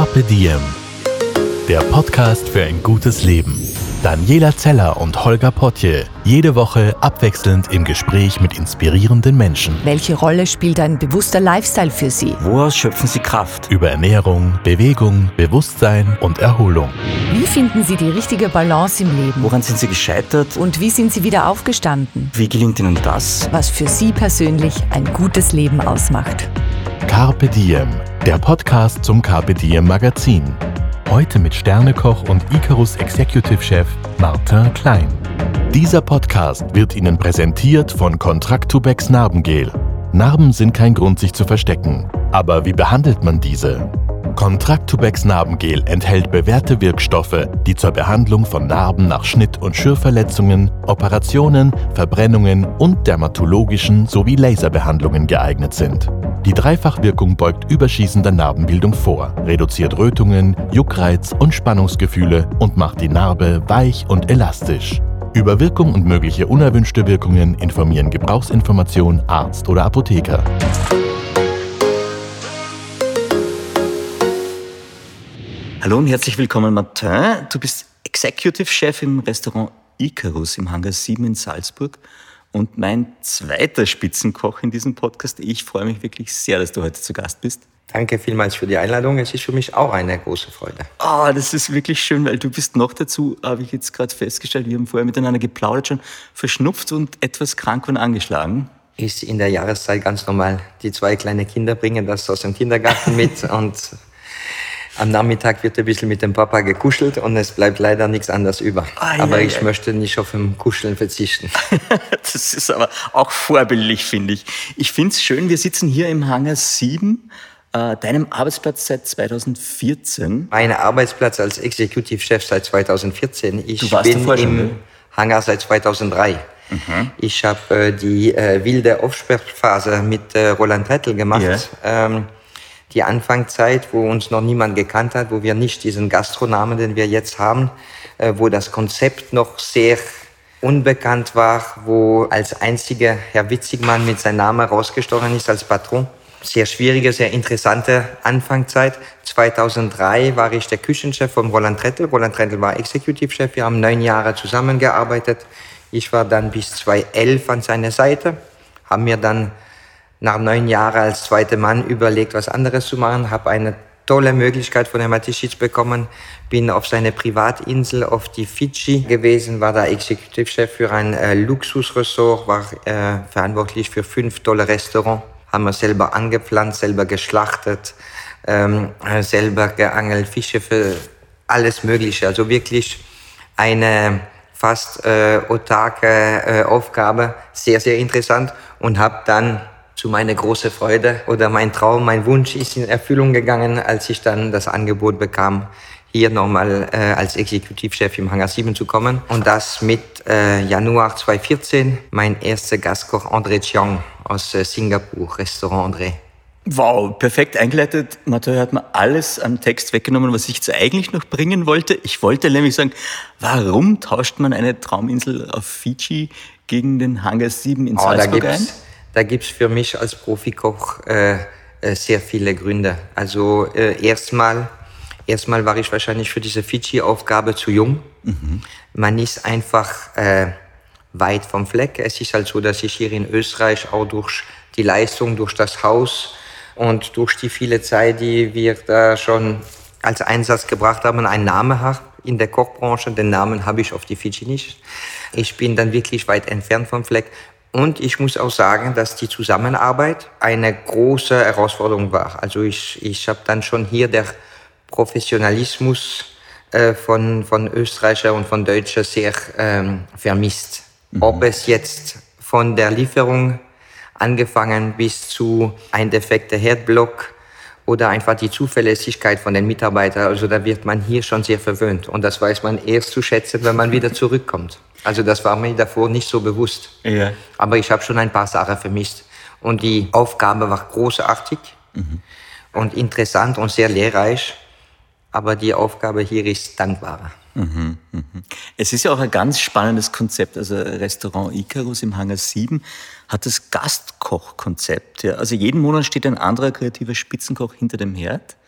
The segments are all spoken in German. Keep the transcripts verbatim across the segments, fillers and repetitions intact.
Carpe Diem, der Podcast für ein gutes Leben. Daniela Zeller und Holger Potje, jede Woche abwechselnd im Gespräch mit inspirierenden Menschen. Welche Rolle spielt ein bewusster Lifestyle für Sie? Woraus schöpfen Sie Kraft? Über Ernährung, Bewegung, Bewusstsein und Erholung. Wie finden Sie die richtige Balance im Leben? Woran sind Sie gescheitert? Und wie sind Sie wieder aufgestanden? Wie gelingt Ihnen das? Was für Sie persönlich ein gutes Leben ausmacht. Carpe Diem, der Podcast zum Carpe Diem Magazin. Heute mit Sternekoch und Icarus Executive Chef Martin Klein. Dieser Podcast wird Ihnen präsentiert von Contractubex Narbengel. Narben sind kein Grund, sich zu verstecken. Aber wie behandelt man diese? Contractubex Narbengel enthält bewährte Wirkstoffe, die zur Behandlung von Narben nach Schnitt- und Schürfverletzungen, Operationen, Verbrennungen und dermatologischen sowie Laserbehandlungen geeignet sind. Die Dreifachwirkung beugt überschießender Narbenbildung vor, reduziert Rötungen, Juckreiz und Spannungsgefühle und macht die Narbe weich und elastisch. Über Wirkung und mögliche unerwünschte Wirkungen informieren Gebrauchsinformation, Arzt oder Apotheker. Hallo und herzlich willkommen, Martin. Du bist Executive Chef im Restaurant Icarus im Hangar sieben in Salzburg und mein zweiter Spitzenkoch in diesem Podcast. Ich freue mich wirklich sehr, dass du heute zu Gast bist. Danke vielmals für die Einladung. Es ist für mich auch eine große Freude. Ah, oh, das ist wirklich schön, weil du bist noch dazu, habe ich jetzt gerade festgestellt, wir haben vorher miteinander geplaudert, schon verschnupft und etwas krank und angeschlagen. Ist in der Jahreszeit ganz normal. Die zwei kleine Kinder bringen das aus dem Kindergarten mit und am Nachmittag wird ein bisschen mit dem Papa gekuschelt und es bleibt leider nichts anderes über. Ah, aber ja, ich ja. möchte nicht auf dem Kuscheln verzichten. Das ist aber auch vorbildlich, finde ich. Ich finde es schön, wir sitzen hier im Hangar sieben, äh, deinem Arbeitsplatz seit zweitausendvierzehn. Mein Arbeitsplatz als Executive Chef seit zweitausendvierzehn. Ich du warst bin davor schon, im ne? Hangar seit zweitausenddrei. Mhm. Ich habe äh, die äh, wilde Aufsperrphase mit äh, Roland Rettel gemacht. Yeah. Ähm, Die Anfangszeit, wo uns noch niemand gekannt hat, wo wir nicht diesen Gastronamen, den wir jetzt haben, äh, wo das Konzept noch sehr unbekannt war, wo als einziger Herr Witzigmann mit seinem Namen rausgestochen ist als Patron. Sehr schwierige, sehr interessante Anfangszeit. zweitausenddrei war ich der Küchenchef von Roland Rettel. Roland Rettel war Executive Chef. Wir haben neun Jahre zusammengearbeitet. Ich war dann bis zweitausendelf an seiner Seite, haben mir dann nach neun Jahren als zweiter Mann überlegt, was anderes zu machen, habe eine tolle Möglichkeit von Herrn Mateschitz bekommen, bin auf seine Privatinsel auf die Fidschi gewesen, war da Executive Chef für ein äh, Luxusressort, war äh, verantwortlich für fünf tolle Restaurants, haben wir selber angepflanzt, selber geschlachtet, ähm, selber geangelt, Fische für alles Mögliche, also wirklich eine fast äh, autarke äh, Aufgabe, sehr, sehr interessant und habe dann zu meiner großen Freude oder mein Traum, mein Wunsch ist in Erfüllung gegangen, als ich dann das Angebot bekam, hier nochmal äh, als Exekutivchef im Hangar sieben zu kommen. Und das mit äh, Januar zweitausendvierzehn, mein erster Gastkoch André Chiang aus äh, Singapur, Restaurant André. Wow, perfekt eingeleitet. Mathieu hat mir alles am Text weggenommen, was ich jetzt eigentlich noch bringen wollte. Ich wollte nämlich sagen, warum tauscht man eine Trauminsel auf Fidschi gegen den Hangar sieben in Salzburg oh, ein? Da gibt's für mich als Profikoch äh, äh, sehr viele Gründe. Also äh, erstmal, erstmal war ich wahrscheinlich für diese Fidschi-Aufgabe zu jung. Mhm. Man ist einfach äh, weit vom Fleck. Es ist halt so, dass ich hier in Österreich auch durch die Leistung, durch das Haus und durch die viele Zeit, die wir da schon als Einsatz gebracht haben, einen Namen habe in der Kochbranche. Den Namen habe ich auf die Fidschi nicht. Ich bin dann wirklich weit entfernt vom Fleck. Und ich muss auch sagen, dass die Zusammenarbeit eine große Herausforderung war. Also ich, ich habe dann schon hier der Professionalismus äh, von, von Österreicher und von Deutscher sehr ähm, vermisst. Mhm. Ob es jetzt von der Lieferung angefangen bis zu ein defekter Herdblock oder einfach die Zuverlässigkeit von den Mitarbeitern. Also da wird man hier schon sehr verwöhnt. Und das weiß man erst zu schätzen, wenn man wieder zurückkommt. Also das war mir davor nicht so bewusst. Ja. Aber ich habe schon ein paar Sachen vermisst. Und die Aufgabe war großartig mhm. und interessant und sehr lehrreich. Aber die Aufgabe hier ist dankbarer. Mhm, mhm. Es ist ja auch ein ganz spannendes Konzept. Also Restaurant Icarus im Hangar sieben hat das Gastkochkonzept. Ja. Also jeden Monat steht ein anderer kreativer Spitzenkoch hinter dem Herd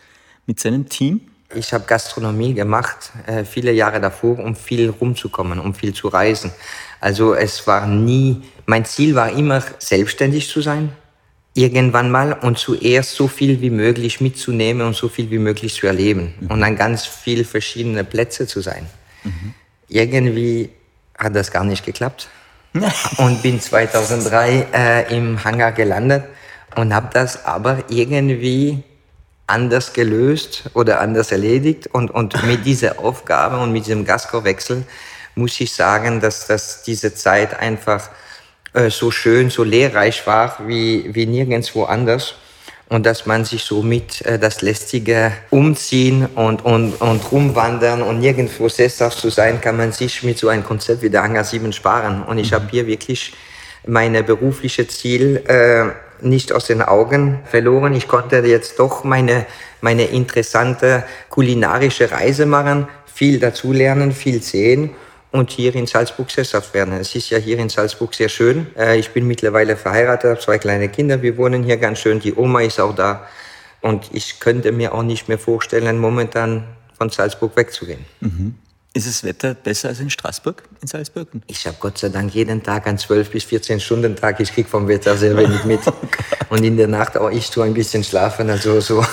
mit seinem Team? Ich habe Gastronomie gemacht, äh, viele Jahre davor, um viel rumzukommen, um viel zu reisen. Also es war nie, mein Ziel war immer, selbstständig zu sein, irgendwann mal, und zuerst so viel wie möglich mitzunehmen und so viel wie möglich zu erleben. Mhm. Und an ganz viele verschiedene Plätze zu sein. Mhm. Irgendwie hat das gar nicht geklappt. Und bin zweitausenddrei äh, im Hangar gelandet und habe das aber irgendwie anders gelöst oder anders erledigt. Und, und mit dieser Aufgabe und mit diesem Gaskorpswechsel muss ich sagen, dass, dass diese Zeit einfach äh, so schön, so lehrreich war wie, wie nirgendwo anders. Und dass man sich somit äh, das lästige Umziehen und, und, und rumwandern und nirgendwo sesshaft zu sein, kann man sich mit so einem Konzept wie der Hangar sieben sparen. Und ich mhm. habe hier wirklich meine berufliche Ziel äh, nicht aus den Augen verloren. Ich konnte jetzt doch meine, meine interessante kulinarische Reise machen, viel dazulernen, viel sehen und hier in Salzburg sesshaft werden. Es ist ja hier in Salzburg sehr schön. Ich bin mittlerweile verheiratet, habe zwei kleine Kinder. Wir wohnen hier ganz schön. Die Oma ist auch da. Und ich könnte mir auch nicht mehr vorstellen, momentan von Salzburg wegzugehen. Mhm. Ist das Wetter besser als in Straßburg, in Salzburg? Ich habe Gott sei Dank jeden Tag einen zwölf bis vierzehn Stunden Tag. Ich kriege vom Wetter sehr wenig mit. Und in der Nacht auch ich tue ein bisschen schlafen. Also so.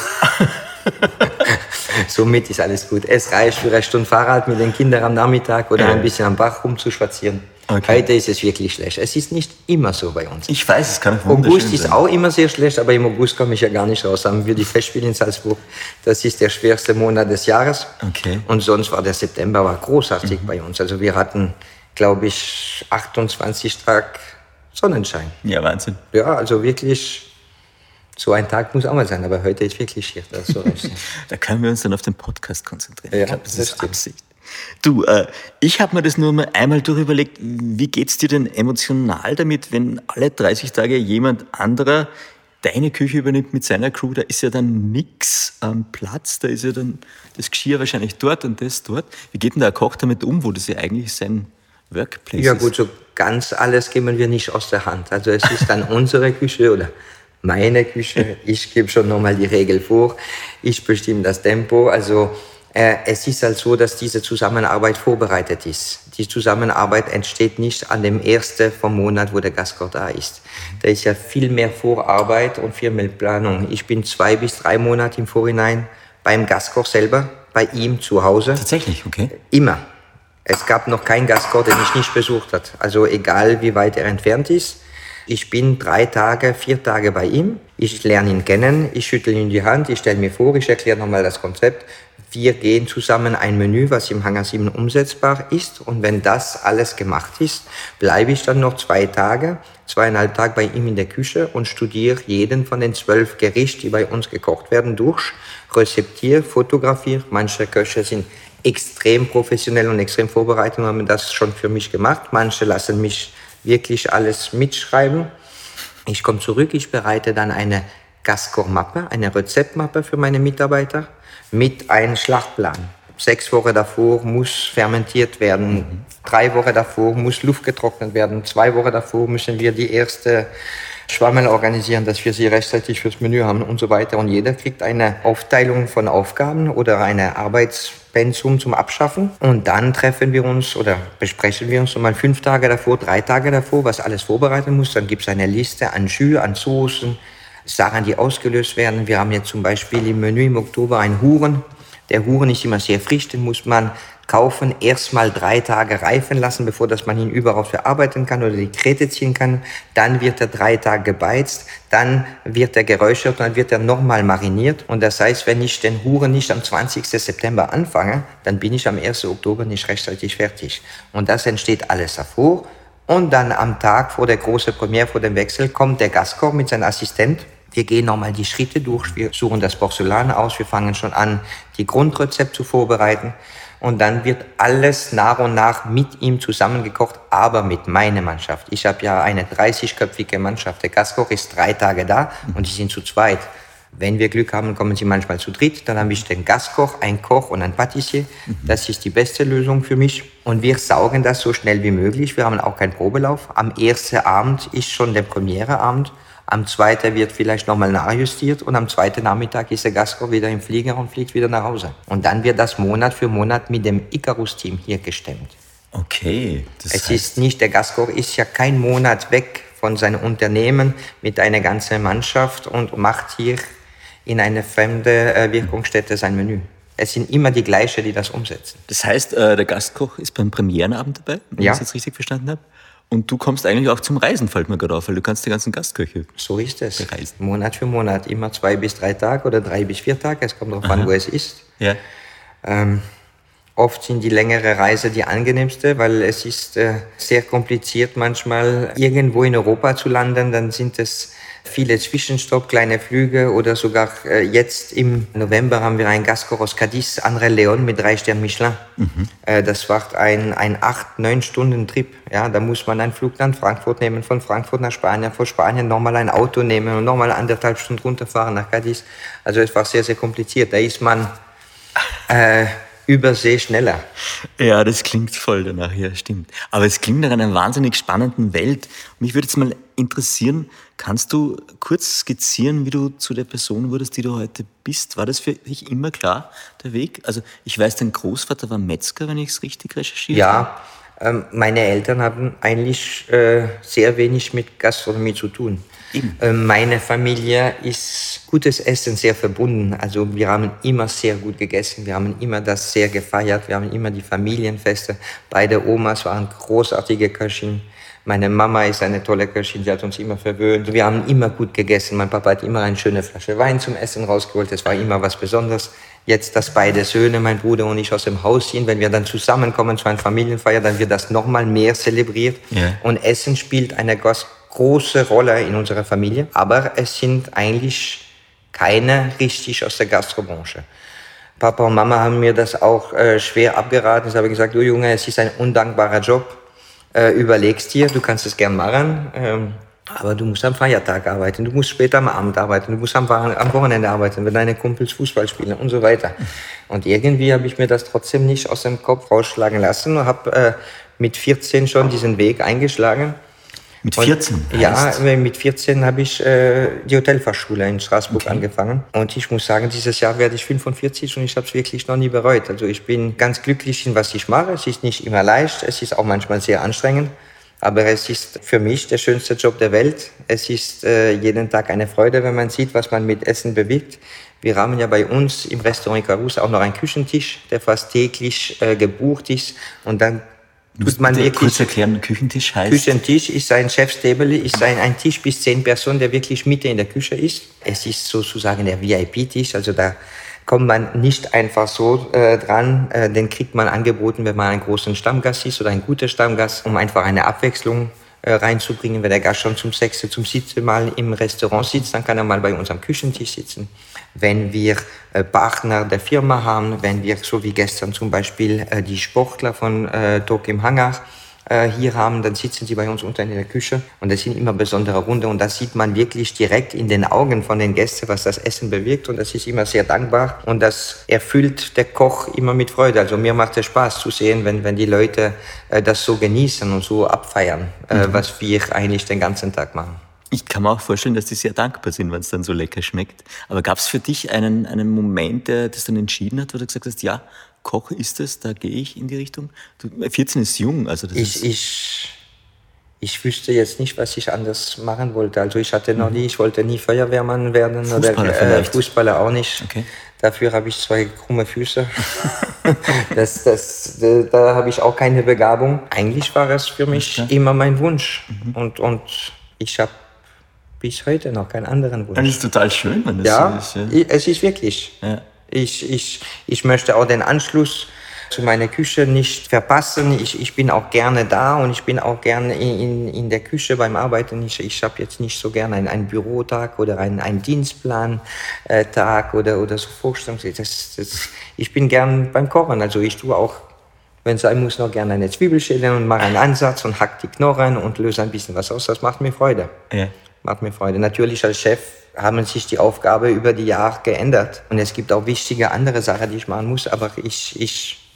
Somit ist alles gut. Es reicht für eine Stunde Fahrrad mit den Kindern am Nachmittag oder ein bisschen am Bach rumzuspazieren. Okay. Heute ist es wirklich schlecht. Es ist nicht immer so bei uns. Ich weiß, es kann wunderschön August sein. Ist auch immer sehr schlecht, aber im August komme ich ja gar nicht raus. Haben wir die Festspiele in Salzburg. Das ist der schwerste Monat des Jahres. Okay. Und sonst war der September war großartig mhm. bei uns. Also wir hatten, glaube ich, achtundzwanzig Tage Sonnenschein. Ja, Wahnsinn. Ja, also wirklich... So ein Tag muss auch mal sein, aber heute ist wirklich schier. Das ist so da können wir uns dann auf den Podcast konzentrieren. Ja, ich glaube, das, das ist stimmt. Absicht. Du, äh, ich habe mir das nur mal einmal durchüberlegt, wie geht's dir denn emotional damit, wenn alle dreißig Tage jemand anderer deine Küche übernimmt mit seiner Crew, da ist ja dann nix am Platz, da ist ja dann das Geschirr wahrscheinlich dort und das dort. Wie geht denn der Koch damit um, wo das ja eigentlich sein Workplace ja, ist? Ja gut, so ganz alles geben wir nicht aus der Hand. Also es ist dann unsere Küche oder meine Küche. Ich gebe schon nochmal die Regel vor. Ich bestimme das Tempo. Also äh, es ist halt so, dass diese Zusammenarbeit vorbereitet ist. Die Zusammenarbeit entsteht nicht an dem ersten vom Monat, wo der Gastkoch da ist. Da ist ja viel mehr Vorarbeit und viel mehr Planung. Ich bin zwei bis drei Monate im Vorhinein beim Gastkoch selber, bei ihm zu Hause. Tatsächlich, okay. Immer. Es gab noch keinen Gastkoch, den ich nicht besucht habe. Also egal, wie weit er entfernt ist. Ich bin drei Tage, vier Tage bei ihm. Ich lerne ihn kennen, ich schüttle ihm die Hand, ich stelle mir vor, ich erkläre nochmal das Konzept. Wir gehen zusammen ein Menü, was im Hangar sieben umsetzbar ist. Und wenn das alles gemacht ist, bleibe ich dann noch zwei Tage, zweieinhalb Tage bei ihm in der Küche und studiere jeden von den zwölf Gerichten, die bei uns gekocht werden, durch, rezeptiere, fotografiere. Manche Köche sind extrem professionell und extrem vorbereitet und haben das schon für mich gemacht. Manche lassen mich wirklich alles mitschreiben. Ich komme zurück, ich bereite dann eine Gastkochmappe, eine Rezeptmappe für meine Mitarbeiter mit einem Schlachtplan. Sechs Wochen davor muss fermentiert werden, mhm. drei Wochen davor muss Luft getrocknet werden, zwei Wochen davor müssen wir die erste Schwammel organisieren, dass wir sie rechtzeitig fürs Menü haben und so weiter. Und jeder kriegt eine Aufteilung von Aufgaben oder eine Arbeitspensum zum Abschaffen. Und dann treffen wir uns oder besprechen wir uns nochmal fünf Tage davor, drei Tage davor, was alles vorbereiten muss. Dann gibt es eine Liste an Jus, an Soßen, Sachen, die ausgelöst werden. Wir haben jetzt zum Beispiel im Menü im Oktober einen Huren. Der Huren ist immer sehr frisch, den muss man kaufen, erstmal drei Tage reifen lassen, bevor dass man ihn überhaupt verarbeiten kann oder die Krete ziehen kann. Dann wird er drei Tage gebeizt, dann wird er geräuchert und dann wird er nochmal mariniert. Und das heißt, wenn ich den Huren nicht am zwanzigsten September anfange, dann bin ich am ersten Oktober nicht rechtzeitig fertig. Und das entsteht alles davor. Und dann am Tag vor der großen Premiere, vor dem Wechsel, kommt der Gastkoch mit seinem Assistent. Wir gehen nochmal die Schritte durch, wir suchen das Porzellan aus, wir fangen schon an, die Grundrezept zu vorbereiten. Und dann wird alles nach und nach mit ihm zusammengekocht, aber mit meiner Mannschaft. Ich habe ja eine dreißigköpfige Mannschaft. Der Gastkoch ist drei Tage da und die sind zu zweit. Wenn wir Glück haben, kommen sie manchmal zu dritt. Dann habe ich den Gastkoch, einen Koch und einen Patissier. Das ist die beste Lösung für mich. Und wir saugen das so schnell wie möglich. Wir haben auch keinen Probelauf. Am ersten Abend ist schon der Premiereabend. Am zweiten wird vielleicht nochmal nachjustiert und am zweiten Nachmittag ist der Gastkoch wieder im Flieger und fliegt wieder nach Hause. Und dann wird das Monat für Monat mit dem Icarus-Team hier gestemmt. Okay. Das es heißt, ist nicht, der Gastkoch ist ja kein Monat weg von seinem Unternehmen mit einer ganzen Mannschaft und macht hier in eine fremde äh, Wirkungsstätte sein Menü. Es sind immer die gleichen, die das umsetzen. Das heißt, äh, der Gastkoch ist beim Premierenabend dabei, wenn ja. ich es jetzt richtig verstanden habe. Und du kommst eigentlich auch zum Reisen, fällt mir gerade auf, weil du kannst die ganzen Gastköche So ist es. bereisen. Monat für Monat, immer zwei bis drei Tage oder drei bis vier Tage. Es kommt darauf an, wo es ist. Ja. Ähm, oft sind die längere Reise die angenehmste, weil es ist äh, sehr kompliziert manchmal irgendwo in Europa zu landen. Dann sind es viele Zwischenstopp, kleine Flüge oder sogar äh, jetzt im November haben wir einen Gastkoch aus Cadiz, André Leon mit drei Sternen Michelin. Mhm. Äh, das war ein, ein acht, neun Stunden Trip. Ja, da muss man einen Flug nach Frankfurt nehmen, von Frankfurt nach Spanien, von Spanien nochmal ein Auto nehmen und nochmal anderthalb Stunden runterfahren nach Cadiz. Also es war sehr, sehr kompliziert. Da ist man äh, übersee schneller. Ja, das klingt voll danach, ja, stimmt. Aber es klingt nach einer wahnsinnig spannenden Welt. Mich würde jetzt mal interessieren, kannst du kurz skizzieren, wie du zu der Person wurdest, die du heute bist? War das für dich immer klar, der Weg? Also ich weiß, dein Großvater war Metzger, wenn ich es richtig recherchiert ja, habe. Ja, ähm, meine Eltern haben eigentlich äh, sehr wenig mit Gastronomie zu tun. Ähm, meine Familie ist gutes Essen sehr verbunden. Also wir haben immer sehr gut gegessen, wir haben immer das sehr gefeiert, wir haben immer die Familienfeste. Beide Omas waren großartige Köchinnen. Meine Mama ist eine tolle Köchin, sie hat uns immer verwöhnt. Wir haben immer gut gegessen. Mein Papa hat immer eine schöne Flasche Wein zum Essen rausgeholt. Das war immer was Besonderes. Jetzt, dass beide Söhne, mein Bruder und ich, aus dem Haus sind, wenn wir dann zusammenkommen zu einer Familienfeier, dann wird das nochmal mehr zelebriert. Ja. Und Essen spielt eine ganz große Rolle in unserer Familie. Aber es sind eigentlich keine richtig aus der Gastrobranche. Papa und Mama haben mir das auch äh, schwer abgeraten. Sie haben gesagt, du Junge, es ist ein undankbarer Job. Äh, überlegst dir, du kannst es gern machen, ähm, aber du musst am Feiertag arbeiten, du musst später am Abend arbeiten, du musst am, am Wochenende arbeiten, wenn deine Kumpels Fußball spielen und so weiter. Und irgendwie habe ich mir das trotzdem nicht aus dem Kopf rausschlagen lassen und habe äh, mit vierzehn schon diesen Weg eingeschlagen. Mit vierzehn? Und, ja, mit vierzehn habe ich äh, die Hotelfachschule in Straßburg okay. angefangen. Und ich muss sagen, dieses Jahr werde ich fünfundvierzig und ich habe es wirklich noch nie bereut. Also ich bin ganz glücklich in was ich mache. Es ist nicht immer leicht, es ist auch manchmal sehr anstrengend. Aber es ist für mich der schönste Job der Welt. Es ist äh, jeden Tag eine Freude, wenn man sieht, was man mit Essen bewegt. Wir haben ja bei uns im Restaurant Icarus auch noch einen Küchentisch, der fast täglich äh, gebucht ist. Und dann Muss man wirklich kurz erklären, Küchentisch heißt? Küchentisch ist ein Chefstable, ist ein, ein Tisch bis zehn Personen, der wirklich Mitte in der Küche ist. Es ist sozusagen der V I P-Tisch, also da kommt man nicht einfach so äh, dran. Äh, den kriegt man angeboten, wenn man einen großen Stammgast ist oder ein guter Stammgast, um einfach eine Abwechslung äh, reinzubringen. Wenn der Gast schon zum sechsten, zum siebten Mal im Restaurant sitzt, dann kann er mal bei uns am Küchentisch sitzen. Wenn wir äh, Partner der Firma haben, wenn wir, so wie gestern zum Beispiel, äh, die Sportler von äh, Tok im Hangar äh, hier haben, dann sitzen sie bei uns unten in der Küche und das sind immer besondere Runde und das sieht man wirklich direkt in den Augen von den Gästen, was das Essen bewirkt und das ist immer sehr dankbar und das erfüllt der Koch immer mit Freude. Also mir macht es Spaß zu sehen, wenn, wenn die Leute äh, das so genießen und so abfeiern, äh, mhm. was wir eigentlich den ganzen Tag machen. Ich kann mir auch vorstellen, dass die sehr dankbar sind, wenn es dann so lecker schmeckt. Aber gab es für dich einen, einen Moment, der das dann entschieden hat, wo du gesagt hast, ja, Koch ist es, da gehe ich in die Richtung? Du, vierzehn ist jung, also das ich, ist... Ich, ich wüsste jetzt nicht, was ich anders machen wollte. Also ich hatte noch nie, ich wollte nie Feuerwehrmann werden Fußballer oder äh, Fußballer auch nicht. Okay. Dafür habe ich zwei krumme Füße. das, das, da, da habe ich auch keine Begabung. Eigentlich war es für mich okay. immer mein Wunsch. Mhm. Und, und ich habe bis heute noch keinen anderen Wunsch. Das ist total schön, wenn das ja, so ist. Ja, es ist wirklich. Ja. Ich, ich, ich möchte auch den Anschluss zu meiner Küche nicht verpassen. Ich, ich bin auch gerne da und ich bin auch gerne in, in, in der Küche beim Arbeiten. Ich, ich habe jetzt nicht so gerne einen, einen Bürotag oder einen, einen Dienstplantag oder, oder so Vorstellungen. Das, das, ich bin gern beim Kochen. Also ich tue auch, wenn es sein muss, noch gerne eine Zwiebel schälen und mache einen Ansatz und hack die Knorren und löse ein bisschen was aus. Das macht mir Freude. Ja. Macht mir Freude. Natürlich als Chef haben sich die Aufgabe über die Jahre geändert. Und es gibt auch wichtige andere Sachen, die ich machen muss. Aber ich, ich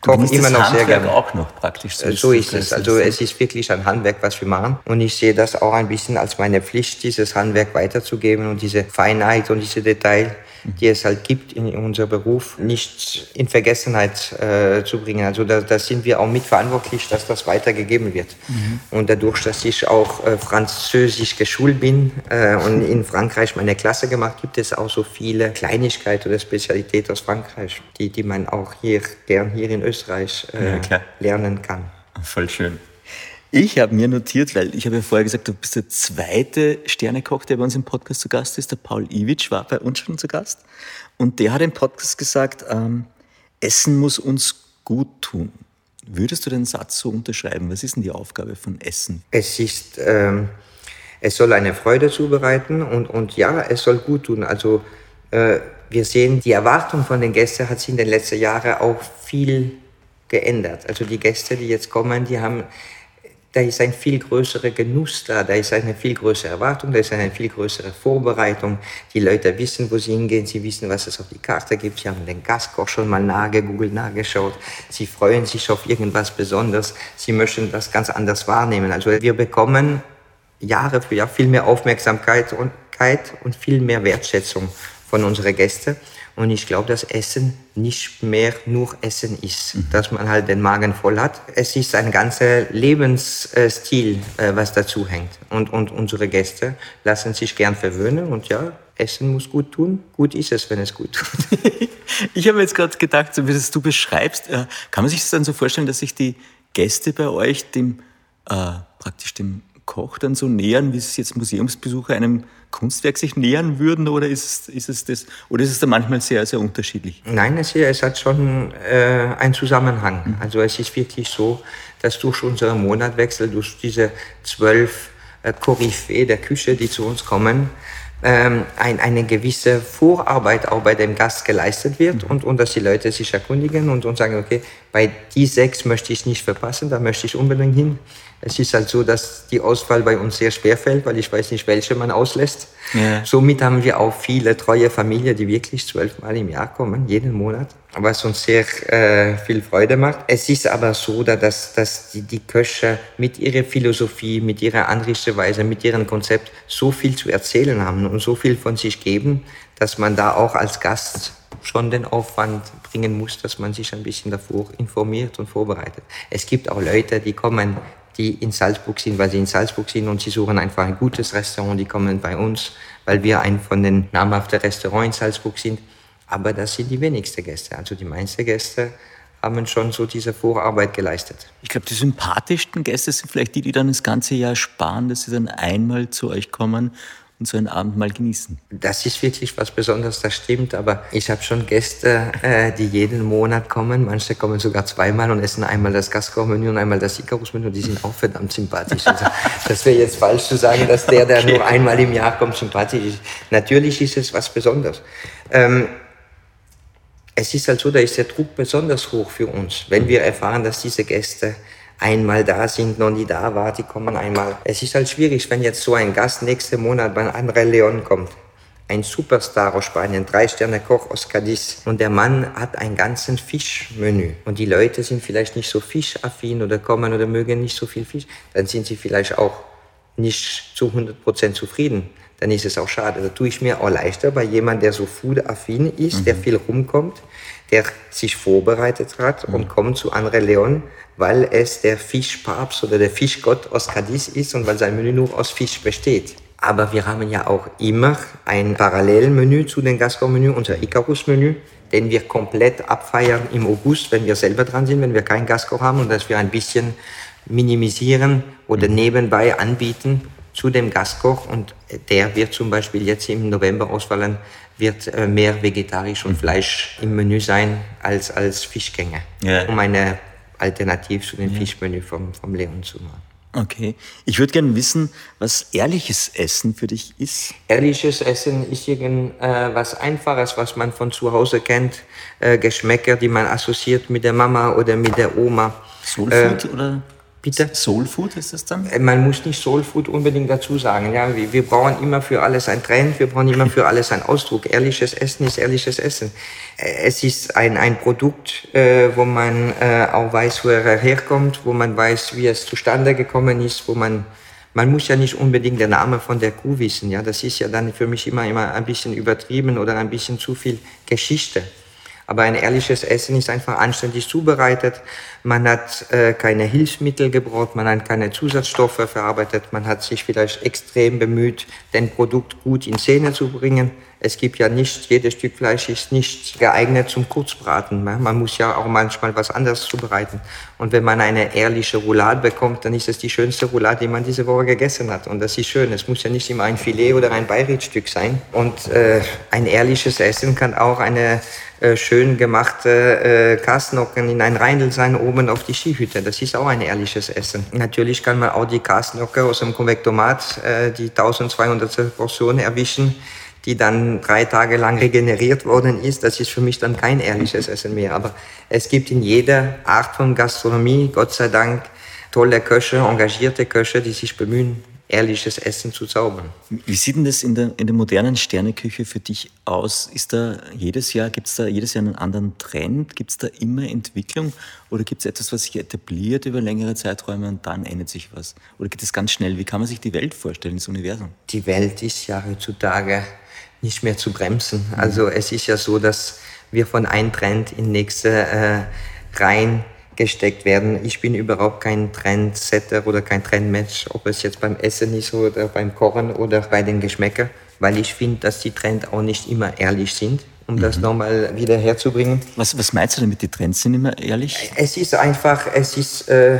koche immer noch sehr gerne. Auch noch praktisch. So, so ist es. Also es ist wirklich ein Handwerk, was wir machen. Und ich sehe das auch ein bisschen als meine Pflicht, dieses Handwerk weiterzugeben und diese Feinheit und diese Detail, die es halt gibt in unserem Beruf, nicht in Vergessenheit äh, zu bringen. Also da, da sind wir auch mitverantwortlich, dass das weitergegeben wird. Mhm. Und dadurch, dass ich auch äh, französisch geschult bin äh, und in Frankreich meine Klasse gemacht, gibt es auch so viele Kleinigkeiten oder Spezialitäten aus Frankreich, die, die man auch hier gern hier in Österreich äh, ja, lernen kann. Voll schön. Ich habe mir notiert, weil ich habe ja vorher gesagt, du bist der zweite Sternekoch, der bei uns im Podcast zu Gast ist. Der Paul Iwitsch war bei uns schon zu Gast. Und der hat im Podcast gesagt, ähm, Essen muss uns gut tun. Würdest du den Satz so unterschreiben? Was ist denn die Aufgabe von Essen? Es ist, ähm, es soll eine Freude zubereiten und, und ja, es soll gut tun. Also äh, wir sehen, die Erwartung von den Gästen hat sich in den letzten Jahren auch viel geändert. Also die Gäste, die jetzt kommen, die haben... Da ist ein viel größerer Genuss da, da ist eine viel größere Erwartung, da ist eine viel größere Vorbereitung. Die Leute wissen, wo sie hingehen, sie wissen, was es auf die Karte gibt. Sie haben den Gastkoch schon mal nachgegoogelt, nachgeschaut. Sie freuen sich auf irgendwas Besonderes. Sie möchten das ganz anders wahrnehmen. Also wir bekommen Jahre für Jahr viel mehr Aufmerksamkeit und, und viel mehr Wertschätzung von unseren Gästen. Und ich glaube, dass Essen nicht mehr nur Essen ist, mhm. dass man halt den Magen voll hat. Es ist ein ganzer Lebensstil, was dazu hängt. Und, und unsere Gäste lassen sich gern verwöhnen. Und ja, Essen muss gut tun. Gut ist es, wenn es gut tut. Ich habe jetzt gerade gedacht, so wie das du beschreibst, kann man sich das dann so vorstellen, dass sich die Gäste bei euch dem äh, praktisch dem Koch dann so nähern, wie es jetzt Museumsbesucher einem Kunstwerk sich nähern würden, oder ist es, ist es das, oder ist es da manchmal sehr, sehr unterschiedlich? Nein, es, es hat schon äh, einen Zusammenhang. Mhm. Also es ist wirklich so, dass durch unseren Monatwechsel, durch diese zwölf äh, Koryphäe der Küche, die zu uns kommen, ähm, ein, eine gewisse Vorarbeit auch bei dem Gast geleistet wird, mhm. und, und dass die Leute sich erkundigen und, und sagen, okay, bei die sechs möchte ich nicht verpassen, da möchte ich unbedingt hin. Es ist halt so, dass die Auswahl bei uns sehr schwer fällt, weil ich weiß nicht, welche man auslässt. Ja. Somit haben wir auch viele treue Familien, die wirklich zwölfmal im Jahr kommen, jeden Monat, was uns sehr äh, viel Freude macht. Es ist aber so, dass, dass die, die Köche mit ihrer Philosophie, mit ihrer Anrichteweise, mit ihrem Konzept so viel zu erzählen haben und so viel von sich geben, dass man da auch als Gast schon den Aufwand bringen muss, dass man sich ein bisschen davor informiert und vorbereitet. Es gibt auch Leute, die kommen, die in Salzburg sind, weil sie in Salzburg sind und sie suchen einfach ein gutes Restaurant, die kommen bei uns, weil wir ein von den namhaften Restaurants in Salzburg sind. Aber das sind die wenigsten Gäste. Also die meisten Gäste haben schon so diese Vorarbeit geleistet. Ich glaube, die sympathischsten Gäste sind vielleicht die, die dann das ganze Jahr sparen, dass sie dann einmal zu euch kommen und so einen Abend mal genießen. Das ist wirklich was Besonderes, das stimmt. Aber ich habe schon Gäste, äh, die jeden Monat kommen. Manche kommen sogar zweimal und essen einmal das Gastkochmenü und einmal das Icarus-Menü. Die sind auch verdammt sympathisch. Also, das wäre jetzt falsch zu sagen, dass der, der okay. nur einmal im Jahr kommt, sympathisch ist. Natürlich ist es was Besonderes. Ähm, es ist halt so, da ist der Druck besonders hoch für uns, wenn wir erfahren, dass diese Gäste einmal da sind, noch nie da war, die kommen einmal. Es ist halt schwierig, wenn jetzt so ein Gast nächsten Monat bei André Leon kommt. Ein Superstar aus Spanien, Drei-Sterne-Koch aus Cadiz. Und der Mann hat ein ganzes Fischmenü. Und die Leute sind vielleicht nicht so fischaffin oder kommen oder mögen nicht so viel Fisch. Dann sind sie vielleicht auch nicht zu hundert Prozent zufrieden. Dann ist es auch schade. Da tue ich mir auch leichter bei jemandem, der so food-affin ist, mhm. der viel rumkommt, der sich vorbereitet hat mhm. und kommt zu André Leon, weil es der Fischpapst oder der Fischgott aus Cadiz ist und weil sein Menü nur aus Fisch besteht. Aber wir haben ja auch immer ein Parallelmenü zu dem Gastkochmenü, unser Icarus-Menü, den wir komplett abfeiern im August, wenn wir selber dran sind, wenn wir keinen Gastkoch haben und dass wir ein bisschen minimisieren oder mhm. nebenbei anbieten zu dem Gastkoch. Und der wird zum Beispiel jetzt im November ausfallen, wird mehr vegetarisch und mhm. Fleisch im Menü sein als, als Fischgänge, ja. um eine Alternative zu dem ja. Fischmenü vom, vom Leon zu machen. Okay. Ich würde gerne wissen, was ehrliches Essen für dich ist. Ehrliches Essen ist irgend äh, was Einfaches, was man von zu Hause kennt. Äh, Geschmäcker, die man assoziiert mit der Mama oder mit der Oma. Soulfood äh, oder? Bitte? Soul Food ist das dann? Man muss nicht Soul Food unbedingt dazu sagen. Ja, wir, wir brauchen immer für alles einen Trend, wir brauchen immer für alles einen Ausdruck. Ehrliches Essen ist ehrliches Essen. Es ist ein, ein Produkt, äh, wo man äh, auch weiß, woher herkommt, wo man weiß, wie es zustande gekommen ist, wo man Man muss ja nicht unbedingt den Namen von der Kuh wissen. Ja, das ist ja dann für mich immer, immer ein bisschen übertrieben oder ein bisschen zu viel Geschichte. Aber ein ehrliches Essen ist einfach anständig zubereitet. Man hat äh, keine Hilfsmittel gebraucht, man hat keine Zusatzstoffe verarbeitet. Man hat sich vielleicht extrem bemüht, den Produkt gut in Szene zu bringen. Es gibt ja nicht, jedes Stück Fleisch ist nicht geeignet zum Kurzbraten. Man muss ja auch manchmal was anderes zubereiten. Und wenn man eine ehrliche Roulade bekommt, dann ist es die schönste Roulade, die man diese Woche gegessen hat. Und das ist schön. Es muss ja nicht immer ein Filet oder ein Beirätstück sein. Und äh, ein ehrliches Essen kann auch eine äh, schön gemachte äh, Kasnocken in ein Reindl sein, oben auf die Skihütte. Das ist auch ein ehrliches Essen. Natürlich kann man auch die Kasnocke aus dem Konvektomat, äh, die zwölfhundert Portionen erwischen, die dann drei Tage lang regeneriert worden ist. Das ist für mich dann kein ehrliches Essen mehr. Aber es gibt in jeder Art von Gastronomie, Gott sei Dank, tolle Köche, engagierte Köche, die sich bemühen, ehrliches Essen zu zaubern. Wie sieht denn das in der, in der modernen Sterneküche für dich aus? Ist da jedes Jahr, gibt es da jedes Jahr einen anderen Trend? Gibt es da immer Entwicklung? Oder gibt es etwas, was sich etabliert über längere Zeiträume und dann ändert sich was? Oder geht es ganz schnell? Wie kann man sich die Welt vorstellen, das Universum? Die Welt ist ja heutzutage nicht mehr zu bremsen. Also es ist ja so, dass wir von einem Trend in nächste äh, reingesteckt werden. Ich bin überhaupt kein Trendsetter oder kein Trendmatch, ob es jetzt beim Essen ist oder beim Kochen oder bei den Geschmäckern, weil ich finde, dass die Trends auch nicht immer ehrlich sind, um mhm. das nochmal wieder herzubringen. Was, was meinst du damit, die Trends sind immer ehrlich? Es ist einfach, es ist äh,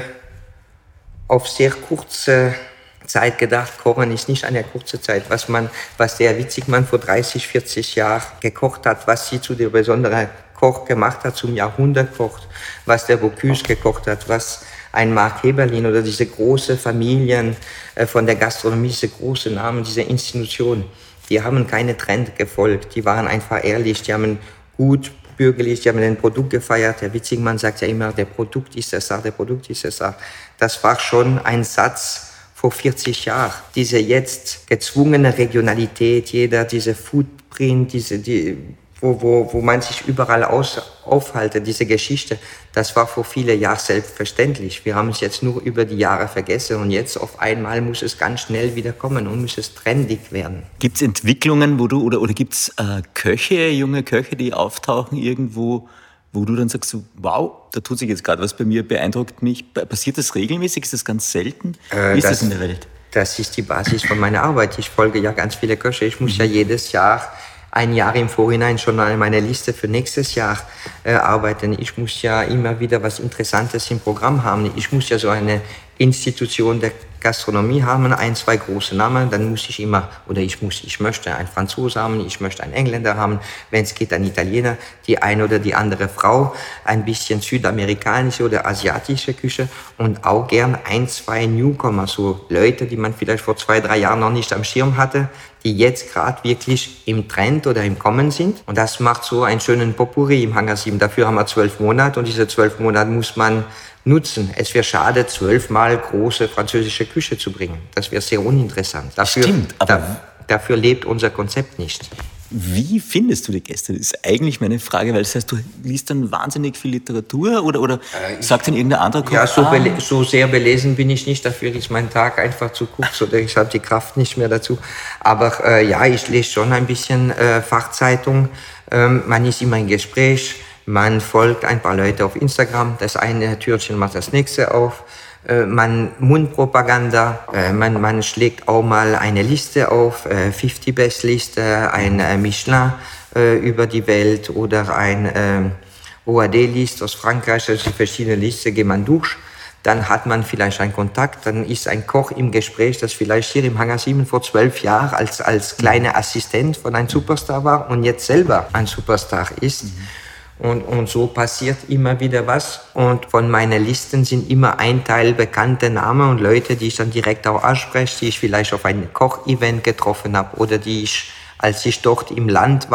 auf sehr kurze Zeit gedacht. Kochen ist nicht eine kurze Zeit. Was man, was der Witzigmann vor dreißig, vierzig Jahren gekocht hat, was sie zu der besonderen Koch gemacht hat, zum Jahrhundertkoch, was der Bocuse gekocht hat, was ein Mark Heberlin oder diese große Familien äh, von der Gastronomie, diese großen Namen, diese Institutionen, die haben keine Trend gefolgt. Die waren einfach ehrlich, die haben gut bürgerlich, die haben ein Produkt gefeiert. Der Witzigmann sagt ja immer, der Produkt ist es, der Produkt ist es. Das war schon ein Satz vor vierzig Jahren. Diese jetzt gezwungene Regionalität, jeder, diese Footprint, diese, die, wo, wo, wo man sich überall aus, aufhalte, diese Geschichte, das war vor vielen Jahren selbstverständlich. Wir haben es jetzt nur über die Jahre vergessen und jetzt auf einmal muss es ganz schnell wieder kommen und muss es trendig werden. Gibt es Entwicklungen, wo du, oder, oder gibt es äh, Köche, junge Köche, die auftauchen irgendwo, wo du dann sagst, so, wow, da tut sich jetzt gerade was bei mir, beeindruckt mich. Passiert das regelmäßig? Ist das ganz selten? Wie ist das, das in der Welt? Das ist die Basis von meiner Arbeit. Ich folge ja ganz viele Köche. Ich muss mhm. ja jedes Jahr, ein Jahr im Vorhinein schon an meiner Liste für nächstes Jahr äh, arbeiten. Ich muss ja immer wieder was Interessantes im Programm haben. Ich muss ja so eine Institution der Gastronomie haben, ein, zwei große Namen, dann muss ich immer, oder ich muss, ich möchte einen Franzosen haben, ich möchte einen Engländer haben, wenn es geht, einen Italiener, die eine oder die andere Frau, ein bisschen südamerikanische oder asiatische Küche und auch gern ein, zwei Newcomer, so Leute, die man vielleicht vor zwei, drei Jahren noch nicht am Schirm hatte, die jetzt gerade wirklich im Trend oder im Kommen sind. Und das macht so einen schönen Potpourri im Hangar sieben. Dafür haben wir zwölf Monate und diese zwölf Monate muss man nutzen. Es wäre schade, zwölfmal große französische Küche zu bringen. Das wäre sehr uninteressant. Dafür, Stimmt, aber da, dafür lebt unser Konzept nicht. Wie findest du die Gäste? Das ist eigentlich meine Frage, weil das heißt, du liest dann wahnsinnig viel Literatur oder, oder äh, sagt dann irgendein anderer Koch? Ja, so, bele- so sehr belesen bin ich nicht. Dafür ist mein Tag einfach zu kurz oder ich habe die Kraft nicht mehr dazu. Aber äh, ja, ich lese schon ein bisschen äh, Fachzeitung. Ähm, man ist immer im Gespräch. Man folgt ein paar Leute auf Instagram. Das eine Türchen macht das nächste auf. Äh, man Mundpropaganda. Äh, man, man schlägt auch mal eine Liste auf, äh, fünfzig Best Liste, ein äh, Michelin äh, über die Welt oder ein äh, O A D-Liste aus Frankreich. Also verschiedene Listen geht man durch. Dann hat man vielleicht einen Kontakt, dann ist ein Koch im Gespräch, das vielleicht hier im Hangar sieben vor zwölf Jahren als, als kleiner Assistent von einem Superstar war und jetzt selber ein Superstar ist. Mhm. Und, und so passiert immer wieder was. Und von meinen Listen sind immer ein Teil bekannte Namen und Leute, die ich dann direkt auch anspreche, die ich vielleicht auf einem Kochevent getroffen habe oder die ich, als ich dort im Land war,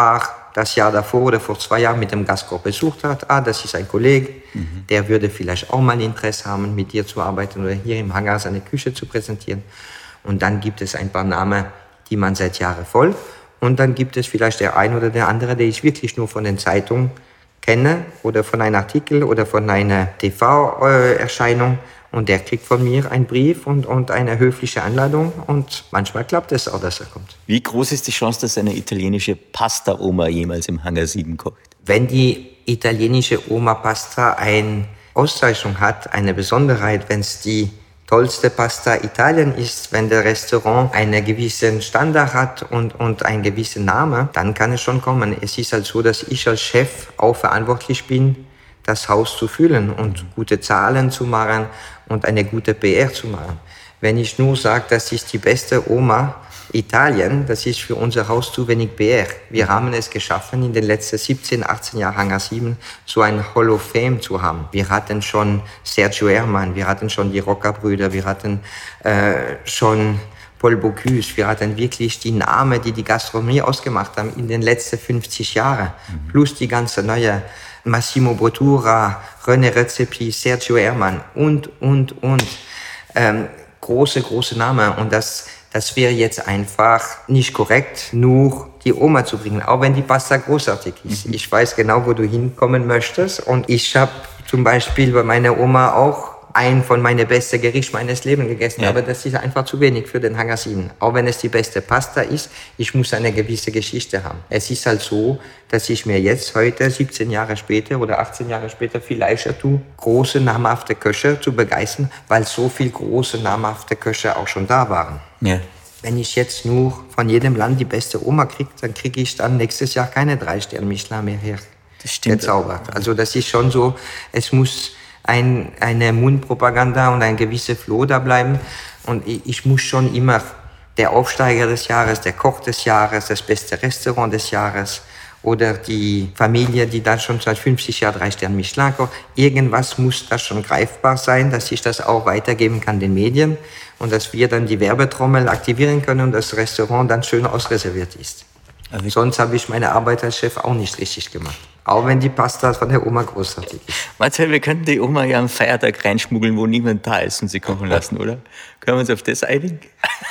das Jahr davor oder vor zwei Jahren mit dem Gastkorb besucht hat. Ah, das ist ein Kollege, mhm. der würde vielleicht auch mal Interesse haben, mit dir zu arbeiten oder hier im Hangar seine Küche zu präsentieren. Und dann gibt es ein paar Namen, die man seit Jahren folgt. Und dann gibt es vielleicht der ein oder der andere, der ich wirklich nur von den Zeitungen kenne oder von einem Artikel oder von einer T V-Erscheinung. Und der kriegt von mir einen Brief und, und eine höfliche Einladung. Und manchmal klappt es auch, dass er kommt. Wie groß ist die Chance, dass eine italienische Pasta-Oma jemals im Hangar sieben kocht? Wenn die italienische Oma Pasta eine Auszeichnung hat, eine Besonderheit, wenn es die tollste Pasta Italien ist, wenn der Restaurant einen gewissen Standard hat und, und einen gewissen Namen, dann kann es schon kommen. Es ist halt so, dass ich als Chef auch verantwortlich bin, das Haus zu füllen und gute Zahlen zu machen und eine gute P R zu machen. Wenn ich nur sage, das ist die beste Oma Italien, das ist für unser Haus zu wenig P R. Wir haben es geschaffen, in den letzten siebzehn, achtzehn Jahren Hangar sieben so ein Hall of Fame zu haben. Wir hatten schon Sergio Herrmann, wir hatten schon die Rocca-Brüder, wir hatten äh, schon Paul Bocuse, wir hatten wirklich die Namen, die die Gastronomie ausgemacht haben in den letzten fünfzig Jahren. Mhm. Plus die ganze neue Massimo Bottura, René Redzepi, Sergio Herrmann und, und, und. Ähm, große, große Namen. Und das, das wäre jetzt einfach nicht korrekt, nur die Oma zu bringen, auch wenn die Pasta großartig ist. Mhm. Ich weiß genau, wo du hinkommen möchtest. Und ich habe zum Beispiel bei meiner Oma auch ein von meinen besten Gerichten meines Lebens gegessen, ja. aber das ist einfach zu wenig für den Hangar sieben. Auch wenn es die beste Pasta ist, ich muss eine gewisse Geschichte haben. Es ist halt so, dass ich mir jetzt heute, siebzehn Jahre später oder achtzehn Jahre später, viel leichter tue, große, namhafte Köche zu begeistern, weil so viele große, namhafte Köche auch schon da waren. Ja. Wenn ich jetzt nur von jedem Land die beste Oma kriege, dann kriege ich dann nächstes Jahr keine drei Sterne Michelin mehr her. Das stimmt. Gezaubert. Also das ist schon so, es muss Ein, eine Mundpropaganda und ein gewisser Flow da bleiben. Und ich, ich muss schon immer der Aufsteiger des Jahres, der Koch des Jahres, das beste Restaurant des Jahres oder die Familie, die da schon seit fünfzig Jahren drei Sterne Michelin kocht. Irgendwas muss da schon greifbar sein, dass ich das auch weitergeben kann den Medien und dass wir dann die Werbetrommel aktivieren können und das Restaurant dann schön ausreserviert ist. Also sonst habe ich meine Arbeit als Chef auch nicht richtig gemacht. Auch wenn die Pasta von der Oma großartig ist. Marcel, wir könnten die Oma ja am Feiertag reinschmuggeln, wo niemand da ist und sie kochen lassen, oder? Können wir uns auf das einigen?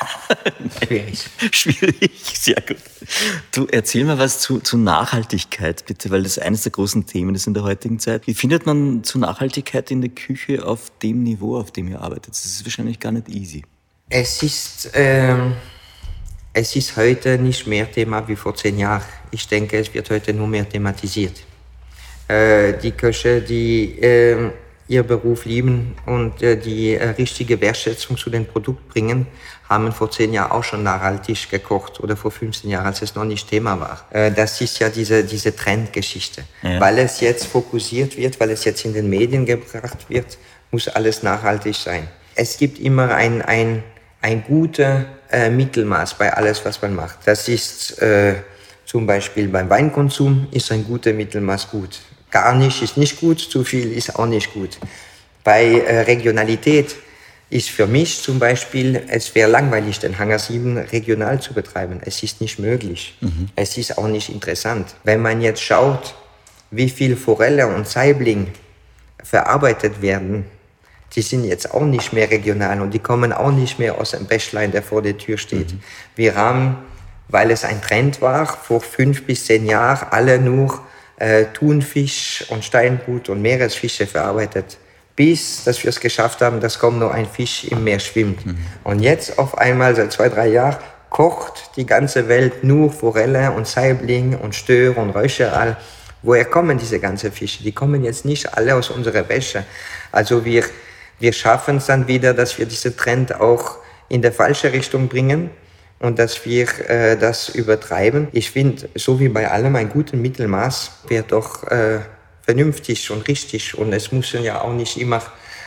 Schwierig. Schwierig, sehr gut. Du, erzähl mal was zu, zu Nachhaltigkeit, bitte, weil das eines der großen Themen ist in der heutigen Zeit. Wie findet man zu Nachhaltigkeit in der Küche auf dem Niveau, auf dem ihr arbeitet? Das ist wahrscheinlich gar nicht easy. Es ist... Ähm Es ist heute nicht mehr Thema wie vor zehn Jahren. Ich denke, es wird heute nur mehr thematisiert. Äh, die Köche, die äh, ihr Beruf lieben und äh, die äh, richtige Wertschätzung zu dem Produkt bringen, haben vor zehn Jahren auch schon nachhaltig gekocht oder vor fünfzehn Jahren, als es noch nicht Thema war. Äh, das ist ja diese, diese Trendgeschichte. Ja. Weil es jetzt fokussiert wird, weil es jetzt in den Medien gebracht wird, muss alles nachhaltig sein. Es gibt immer ein, ein, ein guter Äh, Mittelmaß bei alles, was man macht. Das ist äh, zum Beispiel beim Weinkonsum ist ein guter Mittelmaß gut. Gar nicht ist nicht gut, zu viel ist auch nicht gut. Bei äh, Regionalität ist für mich zum Beispiel, es wäre langweilig, den Hangar sieben regional zu betreiben. Es ist nicht möglich. Mhm. Es ist auch nicht interessant. Wenn man jetzt schaut, wie viel Forelle und Saibling verarbeitet werden, die sind jetzt auch nicht mehr regional und die kommen auch nicht mehr aus dem Bächlein, der vor der Tür steht. Mhm. Wir haben, weil es ein Trend war, vor fünf bis zehn Jahren alle nur äh, Thunfisch und Steinbutt und Meeresfische verarbeitet. Bis, dass wir es geschafft haben, dass kaum noch ein Fisch im Meer schwimmt. Mhm. Und jetzt auf einmal, seit zwei, drei Jahren, kocht die ganze Welt nur Forelle und Saibling und Stör und Räucherall. Woher kommen diese ganzen Fische? Die kommen jetzt nicht alle aus unserer Bäche. Also wir Wir schaffen es dann wieder, dass wir diesen Trend auch in die falsche Richtung bringen und dass wir äh, das übertreiben. Ich finde, so wie bei allem, ein gutes Mittelmaß wäre doch äh, vernünftig und richtig. Und es müssen ja auch nicht immer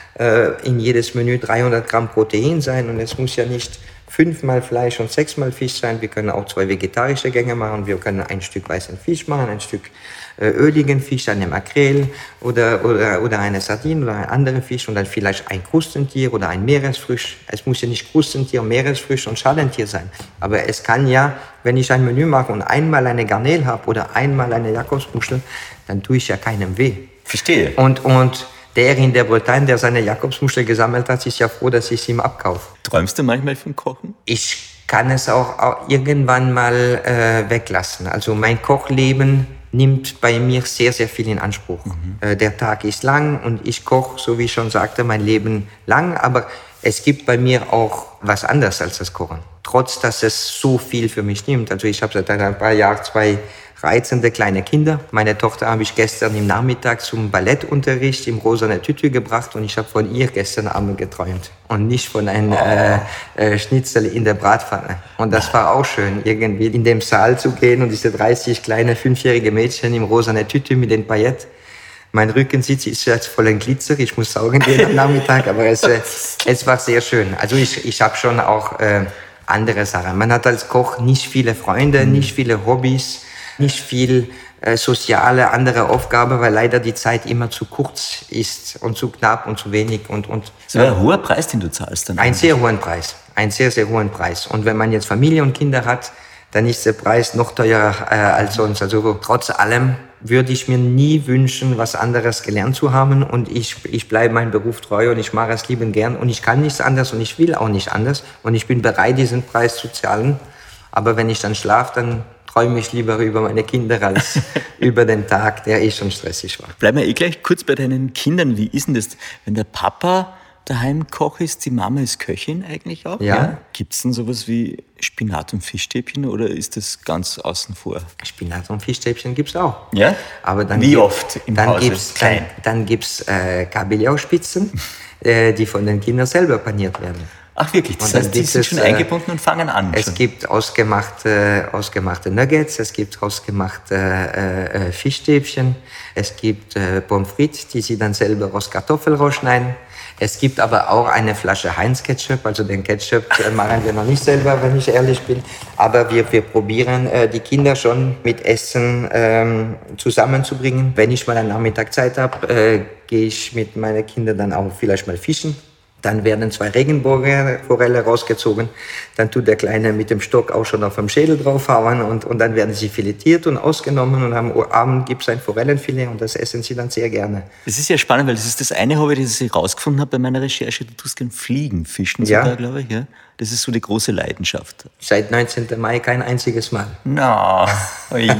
äh, in jedes Menü dreihundert Gramm Protein sein und es muss ja nicht fünfmal Fleisch und sechsmal Fisch sein. Wir können auch zwei vegetarische Gänge machen. Wir können ein Stück weißen Fisch machen, ein Stück äh, öligen Fisch, eine Makrele oder, oder, oder eine Sardine oder ein anderer Fisch und dann vielleicht ein Krustentier oder ein Meeresfrüsch. Es muss ja nicht Krustentier, Meeresfrüsch und Schalentier sein. Aber es kann ja, wenn ich ein Menü mache und einmal eine Garnele habe oder einmal eine Jakobsmuschel, dann tue ich ja keinem weh. Verstehe. Und, und der in der Bretagne, der seine Jakobsmuschel gesammelt hat, ist ja froh, dass ich es ihm abkaufe. Träumst du manchmal vom Kochen? Ich kann es auch, auch irgendwann mal äh, weglassen. Also mein Kochleben nimmt bei mir sehr, sehr viel in Anspruch. Mhm. Äh, der Tag ist lang und ich koche, so wie ich schon sagte, mein Leben lang. Aber es gibt bei mir auch was anderes als das Kochen. Trotz, dass es so viel für mich nimmt. Also ich habe seit ein paar Jahren zwei reizende kleine Kinder. Meine Tochter habe ich gestern im Nachmittag zum Ballettunterricht im Rosane Tütü gebracht und ich habe von ihr gestern Abend geträumt und nicht von einem äh, äh, Schnitzel in der Bratpfanne. Und das war auch schön, irgendwie in dem Saal zu gehen und diese dreißig kleine fünfjährige Mädchen im Rosane Tütü mit den Pailletten. Mein Rückensitz ist jetzt voller Glitzer, ich muss saugen gehen am Nachmittag, aber es, äh, es war sehr schön. Also ich, ich habe schon auch äh, andere Sachen. Man hat als Koch nicht viele Freunde, mhm. nicht viele Hobbys, nicht viel äh, soziale andere Aufgabe, weil leider die Zeit immer zu kurz ist und zu knapp und zu wenig. Und, und, das ist ein hoher Preis, den du zahlst dann. Ein sehr hohen Preis, ein sehr, sehr hohen Preis. Und wenn man jetzt Familie und Kinder hat, dann ist der Preis noch teurer äh, als sonst. Also trotz allem würde ich mir nie wünschen, was anderes gelernt zu haben. Und ich, ich bleibe meinem Beruf treu und ich mache es liebend gern. Und ich kann nichts anderes und ich will auch nicht anders. Und ich bin bereit, diesen Preis zu zahlen. Aber wenn ich dann schlafe, dann träume ich lieber über meine Kinder als über den Tag, der eh schon stressig war. Bleiben wir eh gleich kurz bei deinen Kindern. Wie ist denn das, wenn der Papa daheim Koch ist, die Mama ist Köchin eigentlich auch? Ja. ja? Gibt es denn sowas wie Spinat und Fischstäbchen oder ist das ganz außen vor? Spinat und Fischstäbchen gibt es auch. Ja? Aber dann wie gibt, oft im dann Hause? Gibt's, dann dann gibt es äh, Kabeljauspitzen, äh, die von den Kindern selber paniert werden. Ach wirklich, das heißt, die sind schon äh, eingebunden und fangen an. Es schon. gibt ausgemachte, ausgemachte Nuggets, es gibt ausgemachte äh, äh, Fischstäbchen, es gibt äh, Pommes frites, die sie dann selber aus Kartoffeln rausschneiden. Es gibt aber auch eine Flasche Heinz-Ketchup, also den Ketchup äh, machen wir noch nicht selber, wenn ich ehrlich bin. Aber wir, wir probieren, äh, die Kinder schon mit Essen ähm, zusammenzubringen. Wenn ich mal einen Nachmittag Zeit habe, äh, gehe ich mit meinen Kindern dann auch vielleicht mal fischen. Dann werden zwei Regenbogenforelle rausgezogen. Dann tut der Kleine mit dem Stock auch schon auf dem Schädel draufhauen und, und dann werden sie filetiert und ausgenommen und am Abend gibt es ein Forellenfilet und das essen sie dann sehr gerne. Das ist ja spannend, weil das ist das eine Hobby, das ich rausgefunden habe bei meiner Recherche. Du tust gern Fliegen fischen sogar, ja. glaube ich. Ja? Das ist so die große Leidenschaft. Seit neunzehnten Mai kein einziges Mal. No, oh je.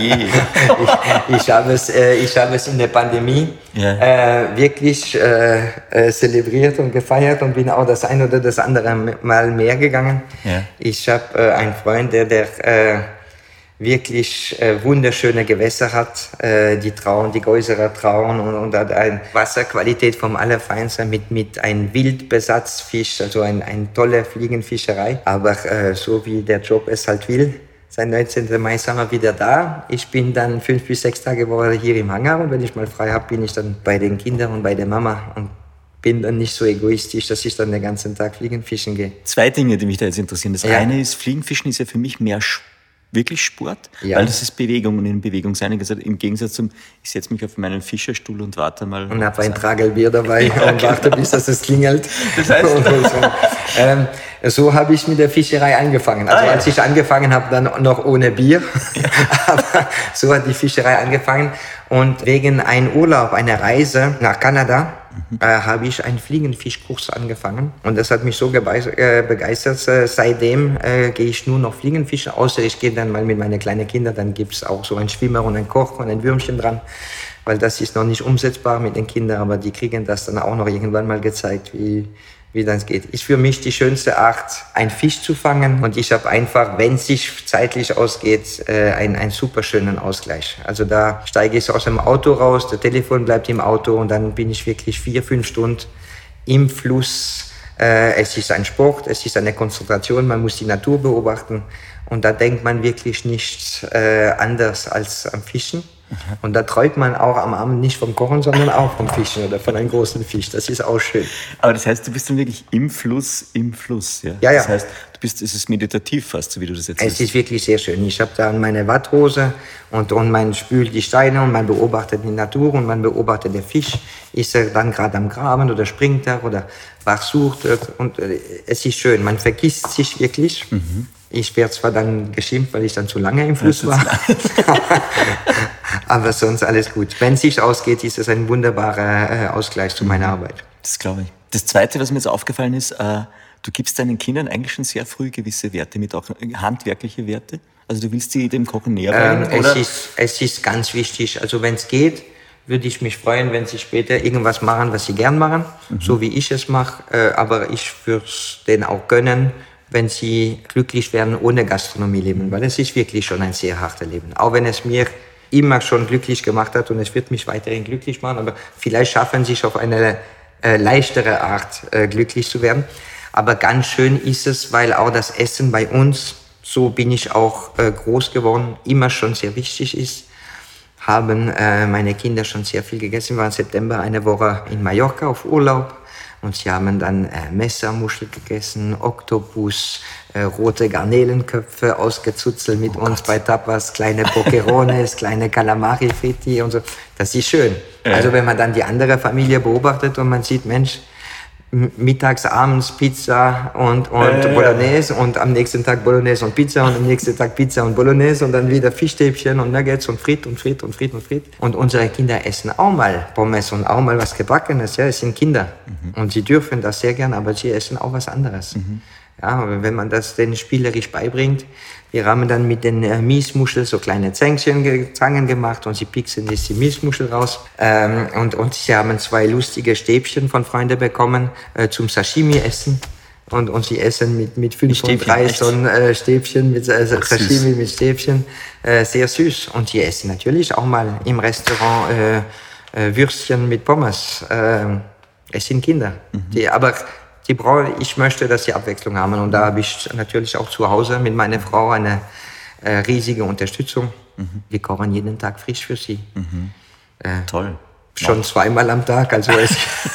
ich, ich, habe es, äh, ich habe es in der Pandemie ja. äh, wirklich äh, äh, zelebriert und gefeiert und bin auch das ein oder das andere Mal mehr gegangen. Ja. Ich habe äh, einen Freund, der, der äh, wirklich äh, wunderschöne Gewässer hat, äh, die Traun, die Geuserer Traun und, und hat eine Wasserqualität vom Allerfeinsten mit, mit einem Wildbesatzfisch, also eine ein tolle Fliegenfischerei. Aber äh, so wie der Job es halt will, seit neunzehnten Mai sind wir wieder da. Ich bin dann fünf bis sechs Tage Woche hier im Hangar und wenn ich mal frei habe, bin ich dann bei den Kindern und bei der Mama und bin dann nicht so egoistisch, dass ich dann den ganzen Tag Fliegenfischen gehe. Zwei Dinge, die mich da jetzt interessieren. Das ja. eine ist, Fliegenfischen ist ja für mich mehr Sport. Wirklich Sport, ja. weil das ist Bewegung und in Bewegung sein. Gesagt, im Gegensatz zum, ich setze mich auf meinen Fischerstuhl und warte mal. Und habe ein Tragelbier dabei ja, und genau. warte, bis das es klingelt. Das heißt, so ähm, so habe ich mit der Fischerei angefangen. Also ah, ja. als ich angefangen habe, dann noch ohne Bier. Ja. Aber so hat die Fischerei angefangen. Und wegen einem Urlaub, einer Reise nach Kanada, mhm. äh, habe ich einen Fliegenfischkurs angefangen. Und das hat mich so äh, begeistert. Äh, seitdem äh, gehe ich nur noch Fliegenfischen, außer ich gehe dann mal mit meinen kleinen Kindern. Dann gibt es auch so einen Schwimmer und einen Koch und ein Würmchen dran. Weil das ist noch nicht umsetzbar mit den Kindern, aber die kriegen das dann auch noch irgendwann mal gezeigt, wie, wie das geht. Ist für mich die schönste Art, einen Fisch zu fangen. Und ich habe einfach, wenn es sich zeitlich ausgeht, äh, einen, einen super schönen Ausgleich. Also da steige ich aus dem Auto raus, das Telefon bleibt im Auto und dann bin ich wirklich vier, fünf Stunden im Fluss. Äh, es ist ein Sport, es ist eine Konzentration, man muss die Natur beobachten. Und da denkt man wirklich nicht äh, anders als am Fischen. Aha. Und da träumt man auch am Abend nicht vom Kochen, sondern auch vom Fischen oder von einem großen Fisch. Das ist auch schön. Aber das heißt, du bist dann wirklich im Fluss, im Fluss, ja? Ja, ja. Das heißt, du bist, es ist meditativ fast, so wie du das erzählst. Es ist wirklich sehr schön. Ich habe da meine Watthose und, und man spült die Steine und man beobachtet die Natur und man beobachtet den Fisch. Ist er dann gerade am Graben oder springt er oder was sucht? Und es ist schön. Man vergisst sich wirklich. Mhm. Ich werde zwar dann geschimpft, weil ich dann zu lange im Fluss war, aber sonst alles gut. Wenn es sich ausgeht, ist es ein wunderbarer äh, Ausgleich zu meiner Arbeit. Das glaube ich. Das Zweite, was mir jetzt aufgefallen ist, äh, du gibst deinen Kindern eigentlich schon sehr früh gewisse Werte mit, auch handwerkliche Werte. Also du willst sie dem Kochen näher bringen, ähm, oder? Es ist, es ist ganz wichtig. Also wenn es geht, würde ich mich freuen, wenn sie später irgendwas machen, was sie gern machen, mhm. so wie ich es mache. Äh, aber ich würde es denen auch gönnen, wenn sie glücklich werden ohne Gastronomie leben, weil es ist wirklich schon ein sehr hartes Leben. Auch wenn es mir immer schon glücklich gemacht hat und es wird mich weiterhin glücklich machen, aber vielleicht schaffen sie es auf eine äh, leichtere Art äh, glücklich zu werden. Aber ganz schön ist es, weil auch das Essen bei uns, so bin ich auch äh, groß geworden, immer schon sehr wichtig ist. Haben äh, meine Kinder schon sehr viel gegessen. Wir waren im September eine Woche in Mallorca auf Urlaub. Und sie haben dann äh, Messermuschel gegessen, Oktopus, äh, rote Garnelenköpfe ausgezuzelt mit oh uns Gott. Bei Tapas, kleine Boquerones, kleine Calamari fritti und so. Das ist schön. Äh. Also wenn man dann die andere Familie beobachtet und man sieht, Mensch, mittags, abends Pizza und, und äh, Bolognese und am nächsten Tag Bolognese und Pizza und am nächsten Tag Pizza und Bolognese und dann wieder Fischstäbchen und Nuggets und Frit und Frit und Frit und Frit. Und unsere Kinder essen auch mal Pommes und auch mal was Gebackenes. Ja, es sind Kinder. Mhm. Und sie dürfen das sehr gern, aber sie essen auch was anderes. Mhm. Ja, wenn man das denen spielerisch beibringt, wir haben dann mit den äh, Miesmuscheln so kleine Zängchen, Zangen gemacht und sie pixeln jetzt die Miesmuschel raus. Ähm, und, und sie haben zwei lustige Stäbchen von Freunden bekommen äh, zum Sashimi-Essen. Und, und sie essen mit, mit fünfunddreißig so ein äh, Stäbchen, mit äh, Sashimi mit Stäbchen. Äh, sehr süß. Und sie essen natürlich auch mal im Restaurant äh, äh, Würstchen mit Pommes. Äh, es sind Kinder. Mhm. Die, aber Die brauchen, ich möchte, dass sie Abwechslung haben. Und da habe ich natürlich auch zu Hause mit meiner Frau eine äh, riesige Unterstützung. Mhm. Wir kochen jeden Tag frisch für sie. Mhm. Äh, Toll. Schon Not. zweimal am Tag. Also es,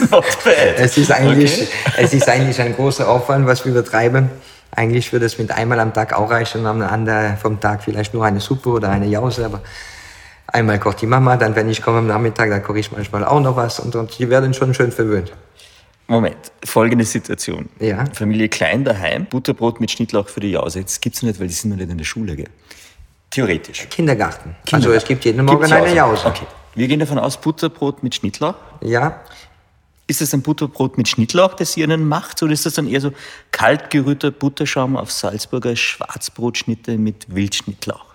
es, ist eigentlich, okay. es ist eigentlich ein großer Aufwand, was wir betreiben. Eigentlich würde es mit einmal am Tag auch reichen. Am anderen vom Tag vielleicht nur eine Suppe oder eine Jause. Aber einmal kocht die Mama, dann wenn ich komme am Nachmittag, dann koche ich manchmal auch noch was. Und, und die werden schon schön verwöhnt. Moment, folgende Situation. Ja. Familie Klein daheim, Butterbrot mit Schnittlauch für die Jause. Jetzt gibt's nicht, weil die sind noch nicht in der Schule, gell? Theoretisch. Kindergarten. Kindergarten. Also es gibt jeden Morgen Gibt's eine Jause. Okay. Wir gehen davon aus, Butterbrot mit Schnittlauch. Ja. Ist das ein Butterbrot mit Schnittlauch, das ihr ihnen macht? Oder ist das dann eher so kalt gerührter Butterschaum auf Salzburger Schwarzbrotschnitte mit Wildschnittlauch?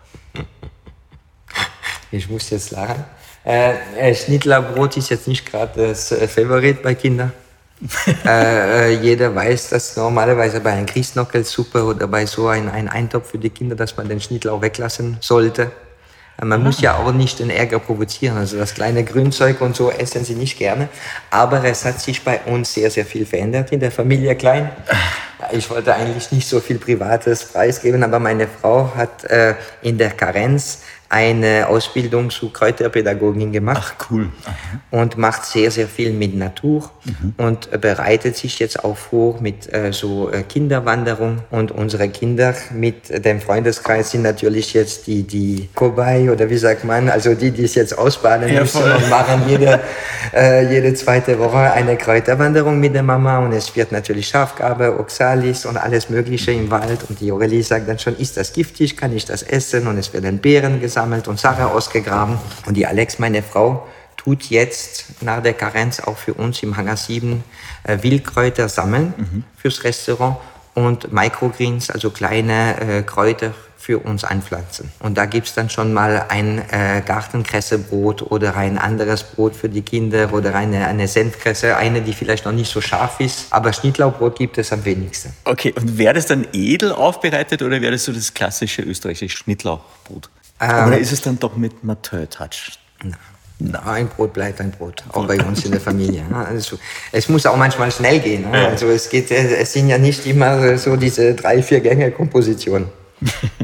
Ich muss jetzt lachen. Äh, Schnittlauchbrot ist jetzt nicht gerade das äh, Favorit bei Kindern. äh, äh, jeder weiß, dass normalerweise bei einer Grießnockelsuppe oder bei so einem ein Eintopf für die Kinder, dass man den Schnittlauch weglassen sollte. Äh, man ah. muss ja auch nicht den Ärger provozieren. Also das kleine Grünzeug und so essen sie nicht gerne. Aber es hat sich bei uns sehr, sehr viel verändert in der Familie Klein. Ich wollte eigentlich nicht so viel Privates preisgeben, aber meine Frau hat äh, in der Karenz eine Ausbildung zu Kräuterpädagogin gemacht. Ach, cool. Aha. Und macht sehr, sehr viel mit Natur mhm. und äh, bereitet sich jetzt auch vor mit äh, so äh, Kinderwanderung. Und unsere Kinder mit äh, dem Freundeskreis sind natürlich jetzt die, die Kobay oder wie sagt man, also die, die es jetzt ausbaden ja, müssen voll. Und machen jede, äh, jede zweite Woche eine Kräuterwanderung mit der Mama. Und es wird natürlich Schafgabe, Oxalis und alles Mögliche im Wald. Und die Aurelie sagt dann schon, ist das giftig, kann ich das essen? Und es werden Beeren gesammelt und Sache ausgegraben. Und die Alex, meine Frau, tut jetzt nach der Karenz auch für uns im Hangar sieben äh, Wildkräuter sammeln mhm. fürs Restaurant und Microgreens, also kleine äh, Kräuter für uns einpflanzen. Und da gibt's dann schon mal ein äh, Gartenkressebrot oder ein anderes Brot für die Kinder oder eine, eine Senfkresse, eine, die vielleicht noch nicht so scharf ist. Aber Schnittlauchbrot gibt es am wenigsten. Okay, und wäre das dann edel aufbereitet oder wäre das so das klassische österreichische Schnittlauchbrot? Ähm, oder ist es dann doch mit Mathieu-Touch? Nein. No, ein Brot bleibt ein Brot, auch bei uns in der Familie. Also, es muss auch manchmal schnell gehen. Also es geht, es sind ja nicht immer so diese drei, vier Gänge Kompositionen.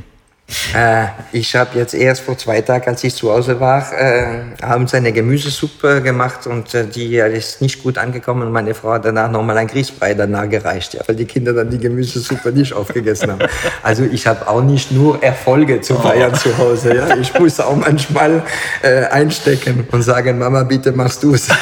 Äh, ich habe jetzt erst vor zwei Tagen, als ich zu Hause war, äh, abends eine Gemüsesuppe gemacht und äh, die ist nicht gut angekommen und meine Frau hat danach nochmal ein Grießbrei danach gereicht, ja, weil die Kinder dann die Gemüsesuppe nicht aufgegessen haben. Also ich habe auch nicht nur Erfolge zu feiern oh. zu Hause. Ja. Ich muss auch manchmal äh, einstecken und sagen, Mama, bitte machst du es.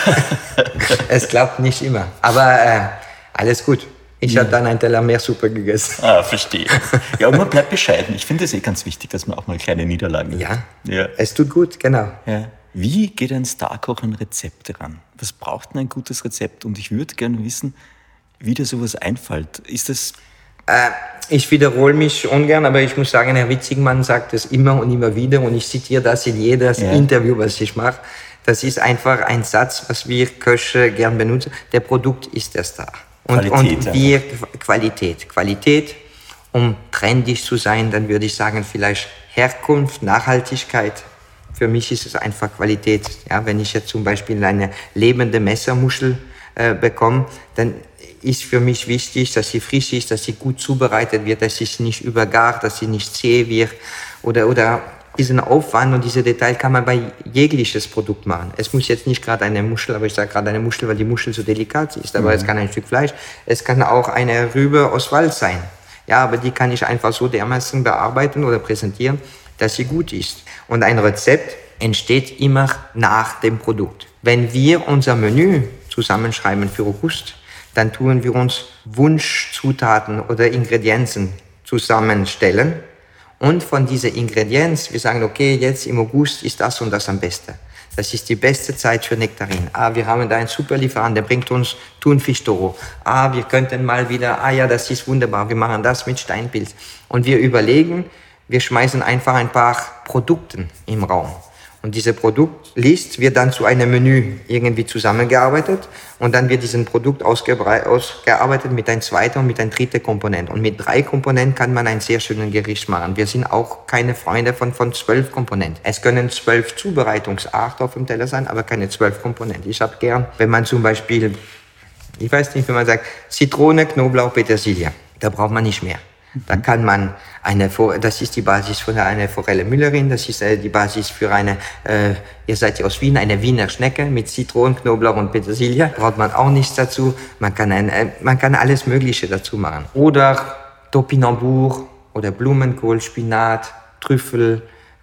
Es klappt nicht immer, aber äh, alles gut. Ich ja. habe dann einen Teller mehr Suppe gegessen. Ah, verstehe. Ja, und man bleibt bescheiden. Ich finde es eh ganz wichtig, dass man auch mal kleine Niederlagen hat. Ja, ja. Es tut gut, genau. Ja. Wie geht ein Starkoch an Rezepte ran? Was braucht denn ein gutes Rezept? Und ich würde gerne wissen, wie dir sowas einfällt. Ist das... Äh, ich wiederhole mich ungern, aber ich muss sagen, Herr Witzigmann sagt es immer und immer wieder und ich zitiere das in jedes ja. Interview, was ich mache. Das ist einfach ein Satz, was wir Köche gern benutzen. Der Produkt ist der Star. Und, Qualität, und wir, ja. Qualität, Qualität, um trendig zu sein, dann würde ich sagen, vielleicht Herkunft, Nachhaltigkeit. Für mich ist es einfach Qualität. Ja, wenn ich jetzt zum Beispiel eine lebende Messermuschel äh, bekomme, dann ist für mich wichtig, dass sie frisch ist, dass sie gut zubereitet wird, dass sie nicht übergart, dass sie nicht zäh wird oder, oder diesen Aufwand und diese Details kann man bei jegliches Produkt machen. Es muss jetzt nicht gerade eine Muschel, aber ich sage gerade eine Muschel, weil die Muschel so delikat ist, aber mhm. es kann ein Stück Fleisch, es kann auch eine Rübe aus Wald sein. Ja, aber die kann ich einfach so dermaßen bearbeiten oder präsentieren, dass sie gut ist. Und ein Rezept entsteht immer nach dem Produkt. Wenn wir unser Menü zusammenschreiben für August, dann tun wir uns Wunschzutaten oder Ingredienzen zusammenstellen. Und von dieser Ingredienz, wir sagen, okay, jetzt im August ist das und das am besten. Das ist die beste Zeit für Nektarin. Ah, wir haben da einen super Lieferant, der bringt uns Thunfisch-Toro. Ah, wir könnten mal wieder, ah ja, das ist wunderbar, wir machen das mit Steinpilz. Und wir überlegen, wir schmeißen einfach ein paar Produkte im Raum. Und diese Produktliste wird dann zu einem Menü irgendwie zusammengearbeitet und dann wird dieses Produkt ausgearbeitet mit ein zweiter und mit ein dritter Komponent. Und mit drei Komponenten kann man ein sehr schönes Gericht machen. Wir sind auch keine Freunde von, von zwölf Komponenten. Es können zwölf Zubereitungsarten auf dem Teller sein, aber keine zwölf Komponenten. Ich habe gern, wenn man zum Beispiel, ich weiß nicht, wenn man sagt, Zitrone, Knoblauch, Petersilie, da braucht man nicht mehr. Da kann man eine, das ist die Basis für eine Forelle Müllerin, das ist die Basis für eine, äh, ihr seid ja aus Wien, eine Wiener Schnecke mit Zitronen, Knoblauch und Petersilie. Braucht man auch nichts dazu. Man kann, ein, man kann alles Mögliche dazu machen. Oder Topinambour oder Blumenkohl, Spinat, Trüffel,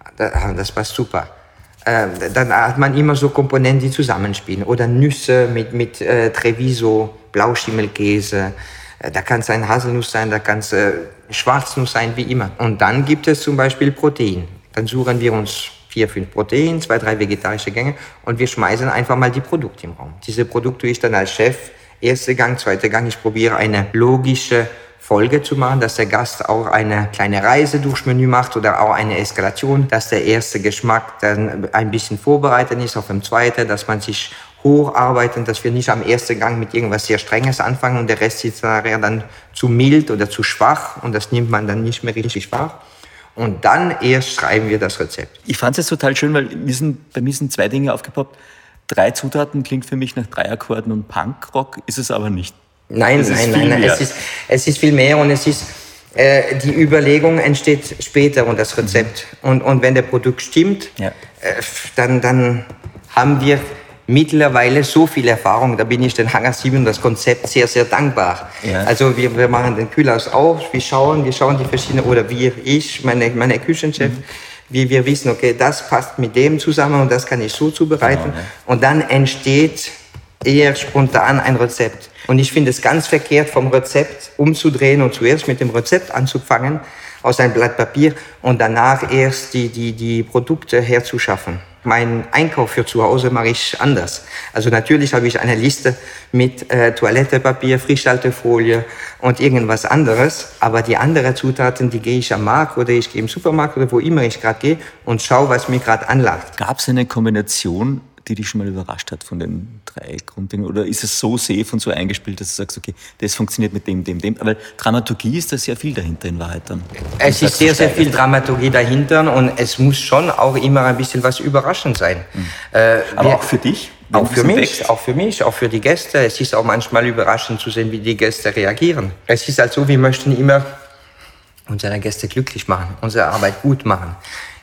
das passt super. Äh, dann hat man immer so Komponenten, die zusammenspielen. Oder Nüsse mit, mit äh, Treviso, Blauschimmelkäse. Da kann es ein Haselnuss sein, da kann es äh, Schwarznuss sein, wie immer. Und dann gibt es zum Beispiel Protein. Dann suchen wir uns vier, fünf Protein, zwei, drei vegetarische Gänge und wir schmeißen einfach mal die Produkte im Raum. Diese Produkte ich dann als Chef, erster Gang, zweiter Gang, ich probiere eine logische Folge zu machen, dass der Gast auch eine kleine Reise durchs Menü macht oder auch eine Eskalation, dass der erste Geschmack dann ein bisschen vorbereitet ist auf dem zweiten, dass man sich hocharbeiten, dass wir nicht am ersten Gang mit irgendwas sehr Strenges anfangen und der Rest ist dann zu mild oder zu schwach und das nimmt man dann nicht mehr richtig wahr. Und dann erst schreiben wir das Rezept. Ich fand es jetzt total schön, weil wir sind, bei mir sind zwei Dinge aufgepoppt. Drei Zutaten klingt für mich nach Dreierkorden und Punkrock, ist es aber nicht. Nein, nein, nein, nein. Es ist, es ist viel mehr und es ist, äh, die Überlegung entsteht später und das Rezept. Mhm. Und, und wenn der Produkt stimmt, ja. äh, dann, dann haben wir mittlerweile so viel Erfahrung, da bin ich den Hangar sieben und das Konzept sehr, sehr dankbar. Ja. Also wir, wir machen den Kühlhaus auf, wir schauen, wir schauen die verschiedenen, oder wir, ich, meine, meine Küchenchef, mhm. wie wir wissen, okay, das passt mit dem zusammen und das kann ich so zubereiten. Genau, ja. Und dann entsteht eher spontan ein Rezept. Und ich finde es ganz verkehrt, vom Rezept umzudrehen und zuerst mit dem Rezept anzufangen, aus einem Blatt Papier und danach erst die, die, die Produkte herzuschaffen. Mein Einkauf für zu Hause mache ich anders. Also natürlich habe ich eine Liste mit äh, Toilettepapier, Frischhaltefolie und irgendwas anderes. Aber die anderen Zutaten, die gehe ich am Markt oder ich gehe im Supermarkt oder wo immer ich gerade gehe und schaue, was mir gerade anlacht. Gab es eine Kombination, die dich schon mal überrascht hat von den drei Grunddingen? Oder ist es so safe und so eingespielt, dass du sagst, okay, das funktioniert mit dem, dem, dem? Aber Dramaturgie ist da sehr viel dahinter in Wahrheit dann. Es ist sehr, sehr viel Dramaturgie dahinter und es muss schon auch immer ein bisschen was überraschend sein. Mhm. Äh, Aber wir, auch für dich? Auch für mich, wächst. auch für mich, auch für die Gäste. Es ist auch manchmal überraschend zu sehen, wie die Gäste reagieren. Es ist halt so, wir möchten immer unsere Gäste glücklich machen, unsere Arbeit gut machen.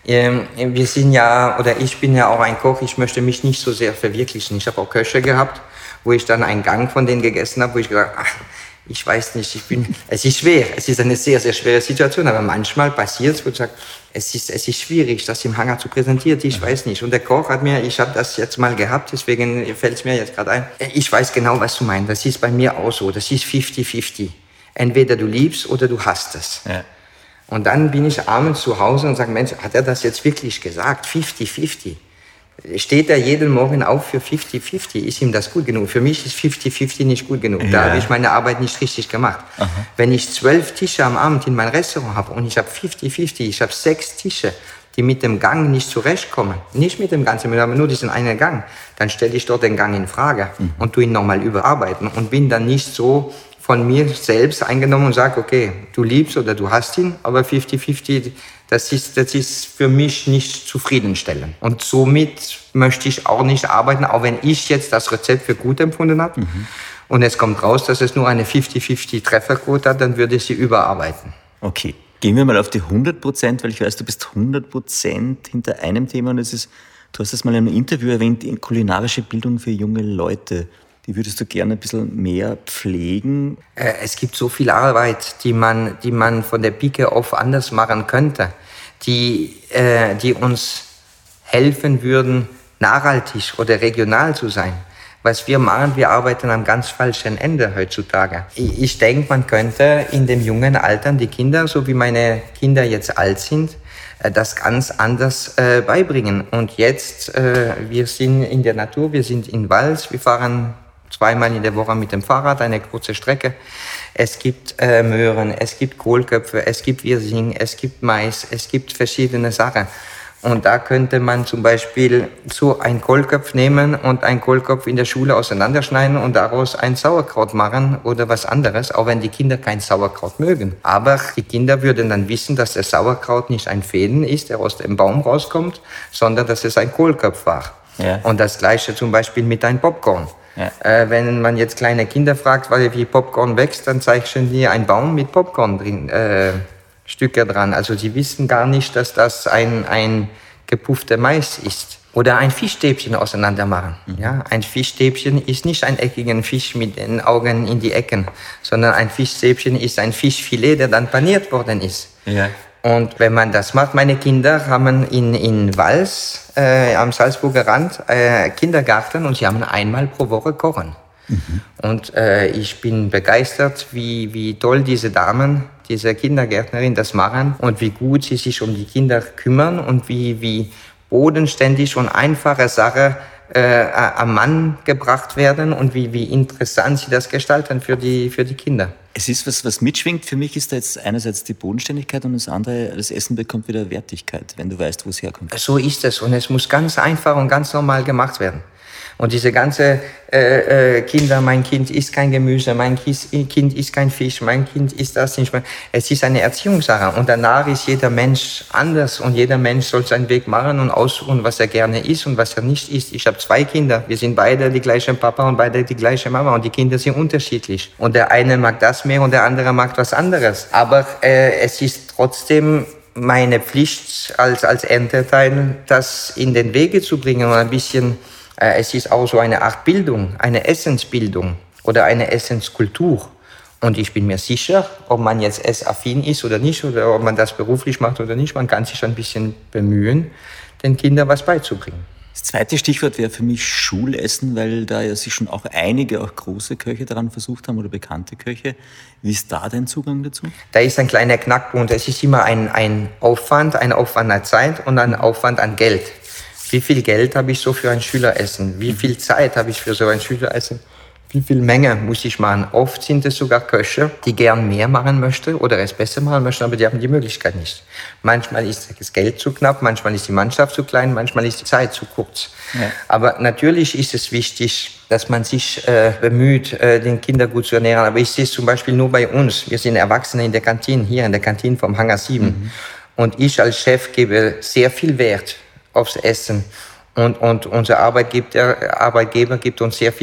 Wir sind ja, oder ich bin ja auch ein Koch, ich möchte mich nicht so sehr verwirklichen. Ich habe auch Köche gehabt, wo ich dann einen Gang von denen gegessen habe, wo ich gesagt habe, ach, ich weiß nicht, ich bin, es ist schwer, es ist eine sehr, sehr schwere Situation, aber manchmal passiert es, wo ich sage, es ist, es ist schwierig, das im Hangar zu präsentieren, ich weiß nicht. Und der Koch hat mir, ich habe das jetzt mal gehabt, deswegen fällt es mir jetzt gerade ein, ich weiß genau, was du meinst, das ist bei mir auch so, das ist fifty fifty. Entweder du liebst oder du hasst es. Ja. Und dann bin ich abends zu Hause und sage, Mensch, hat er das jetzt wirklich gesagt, fifty fifty? Steht er jeden Morgen auf für fifty fifty? Ist ihm das gut genug? Für mich ist fifty fifty nicht gut genug. Ja. Da habe ich meine Arbeit nicht richtig gemacht. Aha. Wenn ich zwölf Tische am Abend in mein Restaurant habe und ich habe fifty fifty, ich habe sechs Tische, die mit dem Gang nicht zurechtkommen, nicht mit dem ganzen Menü, aber nur diesen einen Gang, dann stelle ich dort den Gang in Frage mhm. und tue ihn nochmal überarbeiten und bin dann nicht so von mir selbst eingenommen und sage, okay, du liebst oder du hasst ihn, aber fifty fifty, das ist, das ist für mich nicht zufriedenstellend. Und somit möchte ich auch nicht arbeiten, auch wenn ich jetzt das Rezept für gut empfunden habe. Mhm. Und es kommt raus, dass es nur eine fifty fifty Trefferquote hat, dann würde ich sie überarbeiten. Okay, gehen wir mal auf die hundert Prozent, weil ich weiß, du bist hundert Prozent hinter einem Thema und es ist, du hast es mal in einem Interview erwähnt, kulinarische Bildung für junge Leute. Die würdest du gerne ein bisschen mehr pflegen? Es gibt so viel Arbeit, die man, die man von der Pike auf anders machen könnte, die, äh, die uns helfen würden, nachhaltig oder regional zu sein. Was wir machen, wir arbeiten am ganz falschen Ende heutzutage. Ich, ich denke, man könnte in dem jungen Alter die Kinder, so wie meine Kinder jetzt alt sind, das ganz anders äh, beibringen. Und jetzt, äh, wir sind in der Natur, wir sind in Wals, wir fahren zweimal in der Woche mit dem Fahrrad, eine kurze Strecke. Es gibt äh, Möhren, es gibt Kohlköpfe, es gibt Wirsing, es gibt Mais, es gibt verschiedene Sachen. Und da könnte man zum Beispiel so einen Kohlkopf nehmen und einen Kohlkopf in der Schule auseinanderschneiden und daraus ein Sauerkraut machen oder was anderes, auch wenn die Kinder kein Sauerkraut mögen. Aber die Kinder würden dann wissen, dass der Sauerkraut nicht ein Fäden ist, der aus dem Baum rauskommt, sondern dass es ein Kohlkopf war. Ja. Und das Gleiche zum Beispiel mit einem Popcorn. Ja. Äh, wenn man jetzt kleine Kinder fragt, weil wie Popcorn wächst, dann zeichnen die einen Baum mit Popcorn drin, äh, Stücke dran. Also sie wissen gar nicht, dass das ein, ein gepuffter Mais ist. Oder ein Fischstäbchen auseinander machen. Mhm. Ja, ein Fischstäbchen ist nicht ein eckiger Fisch mit den Augen in die Ecken, sondern ein Fischstäbchen ist ein Fischfilet, der dann paniert worden ist. Ja. Und wenn man das macht, meine Kinder haben in, in Wals äh, am Salzburger Rand äh, Kindergarten und sie haben einmal pro Woche kochen. Mhm. Und äh, ich bin begeistert, wie, wie toll diese Damen, diese Kindergärtnerin das machen und wie gut sie sich um die Kinder kümmern und wie, wie bodenständig und einfache Sachen äh, am Mann gebracht werden und wie, wie interessant sie das gestalten für die, für die Kinder. Es ist was, was mitschwingt. Für mich ist da jetzt einerseits die Bodenständigkeit und das andere, das Essen bekommt wieder Wertigkeit, wenn du weißt, wo es herkommt. So ist es und es muss ganz einfach und ganz normal gemacht werden. Und diese ganze äh, äh, Kinder, mein Kind isst kein Gemüse, mein Kind isst kein Fisch, mein Kind isst das nicht. Es ist eine Erziehungssache und danach ist jeder Mensch anders und jeder Mensch soll seinen Weg machen und aussuchen, was er gerne isst und was er nicht isst. Ich habe zwei Kinder, wir sind beide die gleiche Papa und beide die gleiche Mama und die Kinder sind unterschiedlich. Und der eine mag das mehr und der andere mag was anderes. Aber äh, es ist trotzdem meine Pflicht als, als Elternteil, das in den Wege zu bringen und ein bisschen. Es ist auch so eine Art Bildung, eine Essensbildung oder eine Essenskultur. Und ich bin mir sicher, ob man jetzt essaffin ist oder nicht, oder ob man das beruflich macht oder nicht, man kann sich ein bisschen bemühen, den Kindern was beizubringen. Das zweite Stichwort wäre für mich Schulessen, weil da ja sich schon auch einige, auch große Köche daran versucht haben oder bekannte Köche. Wie ist da dein Zugang dazu? Da ist ein kleiner Knackpunkt. Es ist immer ein, ein Aufwand, ein Aufwand an Zeit und ein Aufwand an Geld. Wie viel Geld habe ich so für ein Schüleressen? Wie viel Zeit habe ich für so ein Schüleressen? Wie viel Menge muss ich machen? Oft sind es sogar Köche, die gern mehr machen möchten oder es besser machen möchten, aber die haben die Möglichkeit nicht. Manchmal ist das Geld zu knapp, manchmal ist die Mannschaft zu klein, manchmal ist die Zeit zu kurz. Ja. Aber natürlich ist es wichtig, dass man sich äh, bemüht, äh, den Kindern gut zu ernähren. Aber ich sehe es zum Beispiel nur bei uns. Wir sind Erwachsene in der Kantine, hier in der Kantine vom Hangar sieben. Mhm. Und ich als Chef gebe sehr viel Wert aufs Essen. Und, und unser Arbeitgeber, Arbeitgeber gibt uns sehr viel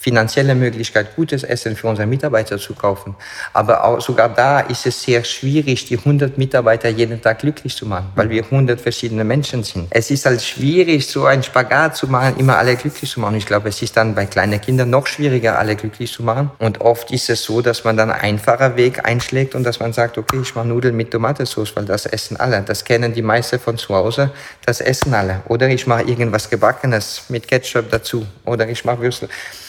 finanzielle Möglichkeit, gutes Essen für unsere Mitarbeiter zu kaufen. Aber auch sogar da ist es sehr schwierig, die hundert Mitarbeiter jeden Tag glücklich zu machen, weil wir hundert verschiedene Menschen sind. Es ist halt schwierig, so einen Spagat zu machen, immer alle glücklich zu machen. Ich glaube, es ist dann bei kleinen Kindern noch schwieriger, alle glücklich zu machen. Und oft ist es so, dass man dann einen einfachen Weg einschlägt und dass man sagt, okay, ich mache Nudeln mit Tomatensauce, weil das essen alle. Das kennen die meisten von zu Hause, das essen alle. Oder ich mache irgendwas Gebackenes mit Ketchup dazu. Oder ich mache Würstel.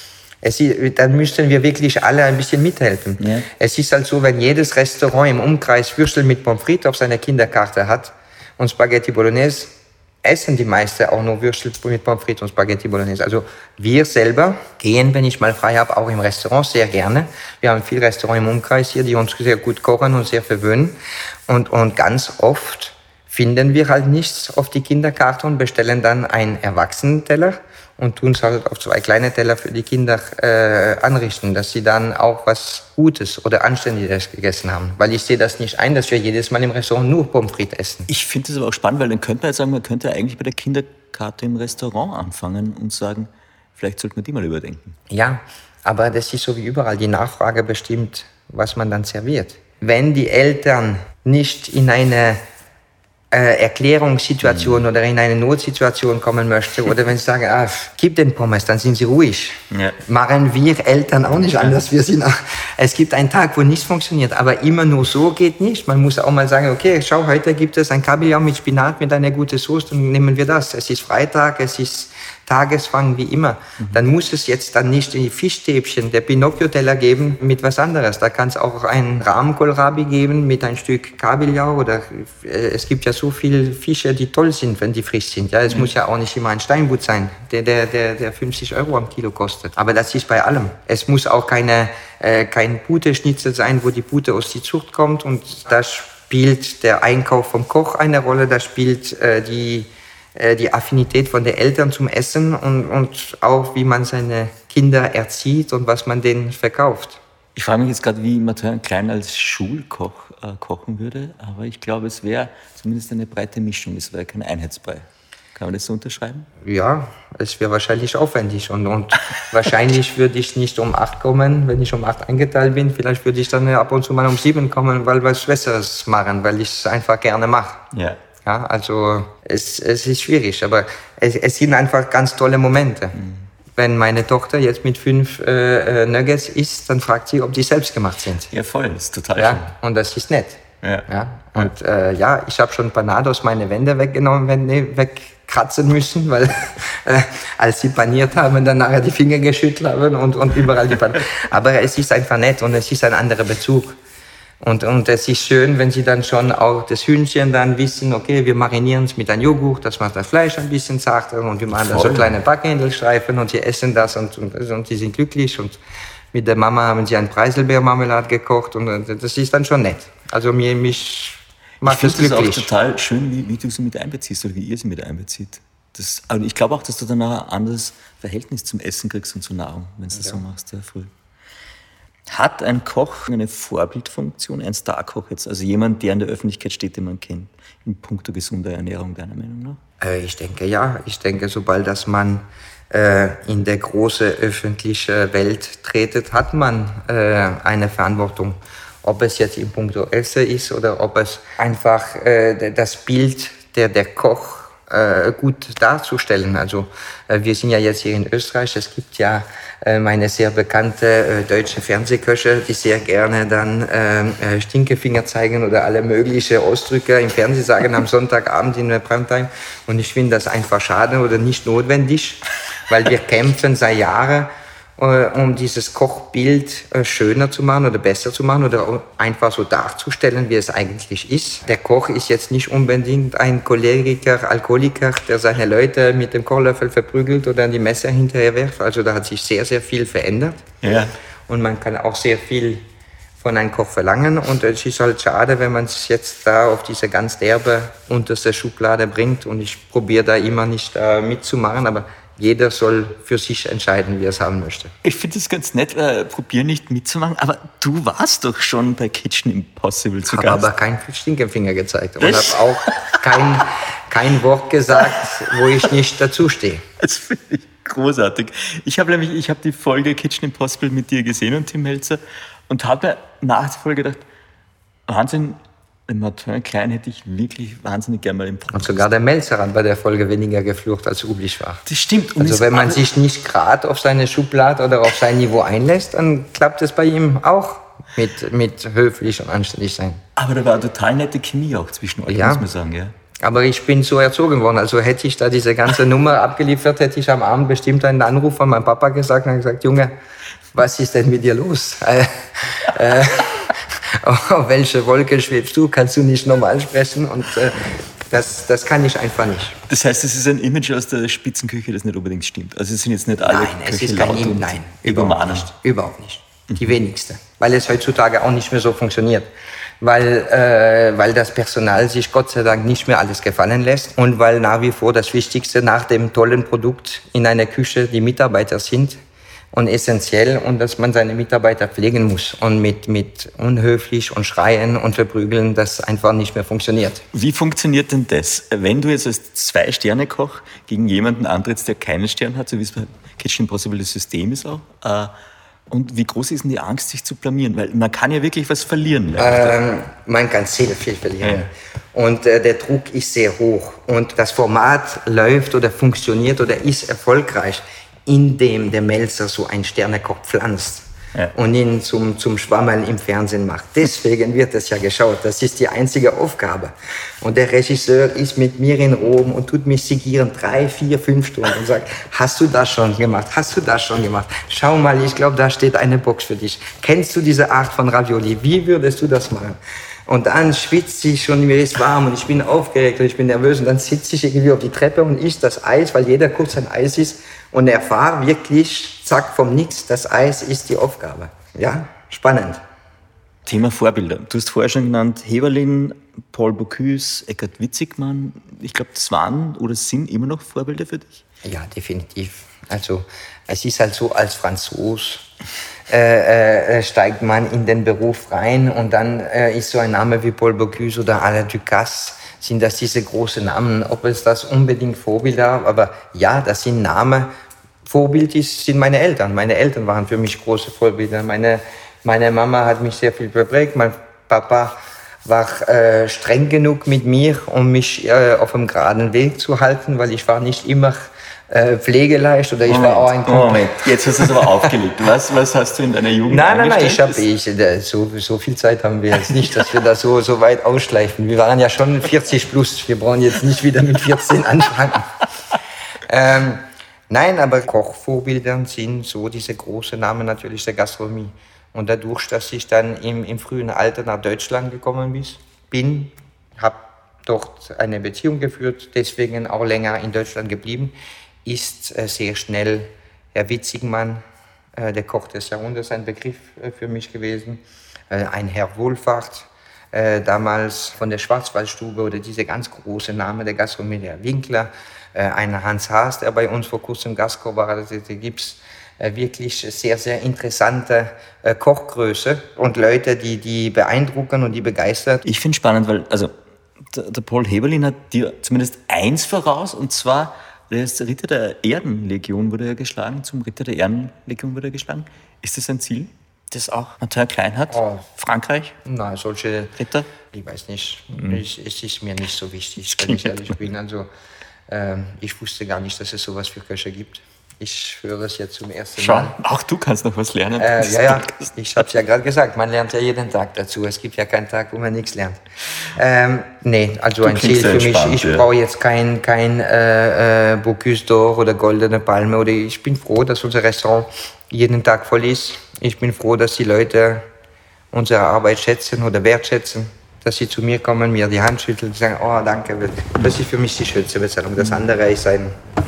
Es ist, dann müssten wir wirklich alle ein bisschen mithelfen. Ja. Es ist halt so, wenn jedes Restaurant im Umkreis Würstel mit Pommes frites auf seiner Kinderkarte hat und Spaghetti Bolognese, essen die meisten auch nur Würstel mit Pommes frites und Spaghetti Bolognese. Also wir selber gehen, wenn ich mal frei habe, auch im Restaurant sehr gerne. Wir haben viele Restaurants im Umkreis hier, die uns sehr gut kochen und sehr verwöhnen. Und, und ganz oft finden wir halt nichts auf die Kinderkarte und bestellen dann einen Erwachsenenteller und tun es halt auf zwei kleine Teller für die Kinder äh, anrichten, dass sie dann auch was Gutes oder Anständiges gegessen haben. Weil ich sehe das nicht ein, dass wir jedes Mal im Restaurant nur Pommes frites essen. Ich finde das aber auch spannend, weil dann könnte man jetzt sagen, man könnte eigentlich bei der Kinderkarte im Restaurant anfangen und sagen, vielleicht sollte man die mal überdenken. Ja, aber das ist so wie überall. Die Nachfrage bestimmt, was man dann serviert. Wenn die Eltern nicht in eine Äh, Erklärungssituation mhm. oder in eine Notsituation kommen möchte oder wenn sie sagen, ah, gib den Pommes, dann sind sie ruhig. Ja. Machen wir Eltern auch nicht anders. Wir sind auch, es gibt einen Tag, wo nichts funktioniert, aber immer nur so geht nicht. Man muss auch mal sagen, okay, schau, heute gibt es ein Kabeljau mit Spinat mit einer guten Soße, dann nehmen wir das. Es ist Freitag, es ist Tagesfang wie immer. Mhm. Dann muss es jetzt dann nicht die Fischstäbchen, der Pinocchio-Teller geben mit was anderes. Da kann es auch einen Rahmenkohlrabi geben mit ein Stück Kabeljau oder äh, es gibt ja so viele Fische, die toll sind, wenn die frisch sind. Ja, es mhm. muss ja auch nicht immer ein Steinbutt sein, der, der, der, der fünfzig Euro am Kilo kostet. Aber das ist bei allem. Es muss auch keine, äh, kein Puteschnitzel sein, wo die Pute aus der Zucht kommt und da spielt der Einkauf vom Koch eine Rolle, da spielt äh, die die Affinität von den Eltern zum Essen und, und auch, wie man seine Kinder erzieht und was man denen verkauft. Ich frage mich jetzt gerade, wie Martin Klein als Schulkoch äh, kochen würde, aber ich glaube, es wäre zumindest eine breite Mischung, es wäre kein Einheitsbrei. Kann man das so unterschreiben? Ja, es wäre wahrscheinlich aufwendig und, und wahrscheinlich würde ich nicht um acht kommen, wenn ich um acht eingeteilt bin. Vielleicht würde ich dann ab und zu mal um sieben kommen, weil wir was Besseres machen, weil ich es einfach gerne mache. Ja. Ja, also es, es ist schwierig, aber es, es sind einfach ganz tolle Momente. Mhm. Wenn meine Tochter jetzt mit fünf äh, Nuggets isst, dann fragt sie, ob die selbst gemacht sind. Ja, voll, das ist total ja, schön. Und das ist nett. Ja. Ja, und äh, ja, ich habe schon Panados meine Wände weggenommen, wenn die wegkratzen müssen, weil äh, als sie paniert haben, dann nachher die Finger geschüttelt haben und, und überall die Panados. Aber es ist einfach nett und es ist ein anderer Bezug. Und, und es ist schön, wenn sie dann schon auch das Hühnchen dann wissen, okay, wir marinieren es mit einem Joghurt, das macht das Fleisch ein bisschen zarter und wir machen da so kleine Backhändelstreifen und sie essen das und, und, und sie sind glücklich. Und mit der Mama haben sie ein Preiselbeermarmelade gekocht und das ist dann schon nett. Also mir, mich macht das glücklich. Ich finde es auch total schön, wie, wie du sie mit einbeziehst oder wie ihr sie mit einbezieht. Das, aber ich glaube auch, dass du danach ein anderes Verhältnis zum Essen kriegst und zur Nahrung, wenn du das ja. so machst, sehr früh. Hat ein Koch eine Vorbildfunktion, ein Starkoch jetzt, also jemand, der in der Öffentlichkeit steht, den man kennt, in puncto gesunder Ernährung, deiner Meinung nach? Äh, ich denke ja. Ich denke, sobald dass man äh, in der großen öffentlichen Welt tretet, hat man äh, eine Verantwortung. Ob es jetzt in puncto Essen ist oder ob es einfach äh, das Bild der, der Koch äh, gut darzustellen. Also äh, wir sind ja jetzt hier in Österreich, es gibt ja meine sehr bekannte äh, deutsche Fernsehköche, die sehr gerne dann äh, Stinkefinger zeigen oder alle möglichen Ausdrücke im Fernsehen sagen am Sonntagabend in der Primetime. Und ich finde das einfach schade oder nicht notwendig, weil wir kämpfen seit Jahren, äh, um dieses Kochbild äh, schöner zu machen oder besser zu machen oder einfach so darzustellen, wie es eigentlich ist. Der Koch ist jetzt nicht unbedingt ein Choleriker, Alkoholiker, der seine Leute mit dem Kochlöffel verprügelt oder die Messer hinterher wirft. Also da hat sich sehr, sehr viel verändert. Ja. Und man kann auch sehr viel von einem Koch verlangen. Und es ist halt schade, wenn man es jetzt da auf diese ganz derbe unterste Schublade bringt. Und ich probiere da immer nicht äh, mitzumachen, aber jeder soll für sich entscheiden, wie er es haben möchte. Ich finde es ganz nett, äh, probier nicht mitzumachen, aber du warst doch schon bei Kitchen Impossible zu Gast. Ich habe aber keinen Stinkefinger gezeigt und habe auch kein, kein Wort gesagt, wo ich nicht dazu stehe. Das finde ich, Großartig. Ich habe nämlich, ich habe die Folge Kitchen Impossible mit dir gesehen und Tim Melzer und habe mir nach der Folge gedacht, Wahnsinn, den Martin Klein hätte ich wirklich wahnsinnig gerne mal im Podcast. Und sogar der Melzer hat bei der Folge weniger geflucht, als üblich war. Das stimmt. Und also wenn man sich nicht gerade auf seine Schublade oder auf sein Niveau einlässt, dann klappt es bei ihm auch mit, mit höflich und anständig sein. Aber da war eine total nette Chemie auch zwischen euch, ja. muss man sagen. Ja. Aber ich bin so erzogen worden. Also hätte ich da diese ganze Nummer abgeliefert, hätte ich am Abend bestimmt einen Anruf von meinem Papa gesagt und gesagt, Junge, was ist denn mit dir los? Äh, äh, auf welche Wolke schwebst du? Kannst du nicht normal sprechen? Und äh, das, das kann ich einfach nicht. Das heißt, es ist ein Image aus der Spitzenküche, das nicht unbedingt stimmt. Also es sind jetzt nicht alle Nein, es Köche ist kein Image. Nein, überhaupt nicht. Überhaupt nicht. Die wenigsten. Weil es heutzutage auch nicht mehr so funktioniert. Weil, äh, weil das Personal sich Gott sei Dank nicht mehr alles gefallen lässt und weil nach wie vor das Wichtigste nach dem tollen Produkt in einer Küche die Mitarbeiter sind und essentiell und dass man seine Mitarbeiter pflegen muss und mit, mit unhöflich und schreien und verprügeln, das einfach nicht mehr funktioniert. Wie funktioniert denn das, wenn du jetzt als Zwei-Sterne-Koch gegen jemanden antrittst, der keinen Stern hat, so wie es bei Kitchen Impossible das System ist auch, äh, und wie groß ist denn die Angst, sich zu blamieren? Weil man kann ja wirklich was verlieren. Ähm, man kann sehr viel verlieren. Ja. Und äh, der Druck ist sehr hoch. Und das Format läuft oder funktioniert oder ist erfolgreich, indem der Melzer so einen Sternekoch pflanzt. Ja. Und ihn zum, zum Schwammerl im Fernsehen macht. Deswegen wird das ja geschaut. Das ist die einzige Aufgabe. Und der Regisseur ist mit mir in Rom und tut mich sigieren drei, vier, fünf Stunden und sagt, hast du das schon gemacht? Hast du das schon gemacht? Schau mal, ich glaube, da steht eine Box für dich. Kennst du diese Art von Ravioli? Wie würdest du das machen? Und dann schwitze ich und mir ist warm und ich bin aufgeregt und ich bin nervös und dann sitze ich irgendwie auf die Treppe und isst das Eis, weil jeder kurz ein Eis ist und erfahre wirklich, zack, vom Nix, das Eis ist die Aufgabe. Ja, spannend. Thema Vorbilder. Du hast vorher schon genannt, Heberlin, Paul Bocuse, Eckhard Witzigmann. Ich glaube, das waren oder sind immer noch Vorbilder für dich? Ja, definitiv. Also es ist halt so, als Franzos äh, äh, steigt man in den Beruf rein und dann äh, ist so ein Name wie Paul Bocuse oder Alain Ducasse, sind das diese großen Namen. Ob es das unbedingt Vorbilder, aber ja, das sind Namen. Vorbild ist, sind meine Eltern. Meine Eltern waren für mich große Vorbilder. Meine, meine Mama hat mich sehr viel geprägt. Mein Papa war äh, streng genug mit mir, um mich äh, auf dem geraden Weg zu halten, weil ich war nicht immer äh, pflegeleicht oder ich Moment, war auch ein Kumpel. Moment, jetzt hast du es aber aufgelegt. Was, was hast du in deiner Jugend Nein, nein, nein, ich habe ich, so, so viel Zeit haben wir jetzt nicht, dass wir da so, so weit ausschleifen. Wir waren ja schon vierzig plus, wir brauchen jetzt nicht wieder mit vierzehn anfangen. ähm, Nein, aber Kochvorbilder sind so diese großen Namen natürlich der Gastronomie. Und dadurch, dass ich dann im, im frühen Alter nach Deutschland gekommen bin, habe dort eine Beziehung geführt, deswegen auch länger in Deutschland geblieben, ist äh, sehr schnell Herr Witzigmann, äh, der Koch des Jahrhunderts, ein Begriff äh, für mich gewesen. Äh, ein Herr Wohlfahrt, äh, damals von der Schwarzwaldstube oder diese ganz große Name der Gastronomie, der Winkler. Ein Hans Haas, der bei uns vor kurzem Gastkoch war, also da gibt es wirklich sehr, sehr interessante Kochgröße und Leute, die, die beeindrucken und die begeistern. Ich finde es spannend, weil also, der, der Paul Heberlin hat dir zumindest eins voraus, und zwar der ist Ritter der Ehrenlegion, wurde er geschlagen, zum Ritter der Ehrenlegion wurde er geschlagen. Ist das ein Ziel, das auch Martin Klein hat? Oh. Frankreich? Nein, solche Ritter? Ich weiß nicht, mhm. es, es ist mir nicht so wichtig, wenn ich ehrlich bin. Also, ich wusste gar nicht, dass es sowas für Köche gibt. Ich höre es jetzt zum ersten Schau, Mal. Auch du kannst noch was lernen. Äh, ja, ja, ich habe es ja gerade gesagt, man lernt ja jeden Tag dazu. Es gibt ja keinen Tag, wo man nichts lernt. Ähm, nee, also du ein Ziel für mich. Ich ja. brauche jetzt kein, kein äh, äh, Bocuse d'Or oder Goldene Palme. Oder ich bin froh, dass unser Restaurant jeden Tag voll ist. Ich bin froh, dass die Leute unsere Arbeit schätzen oder wertschätzen. Dass sie zu mir kommen, mir die Hand schütteln und sagen, oh, danke. Das ist für mich die schönste Bezahlung. Das andere ist ein,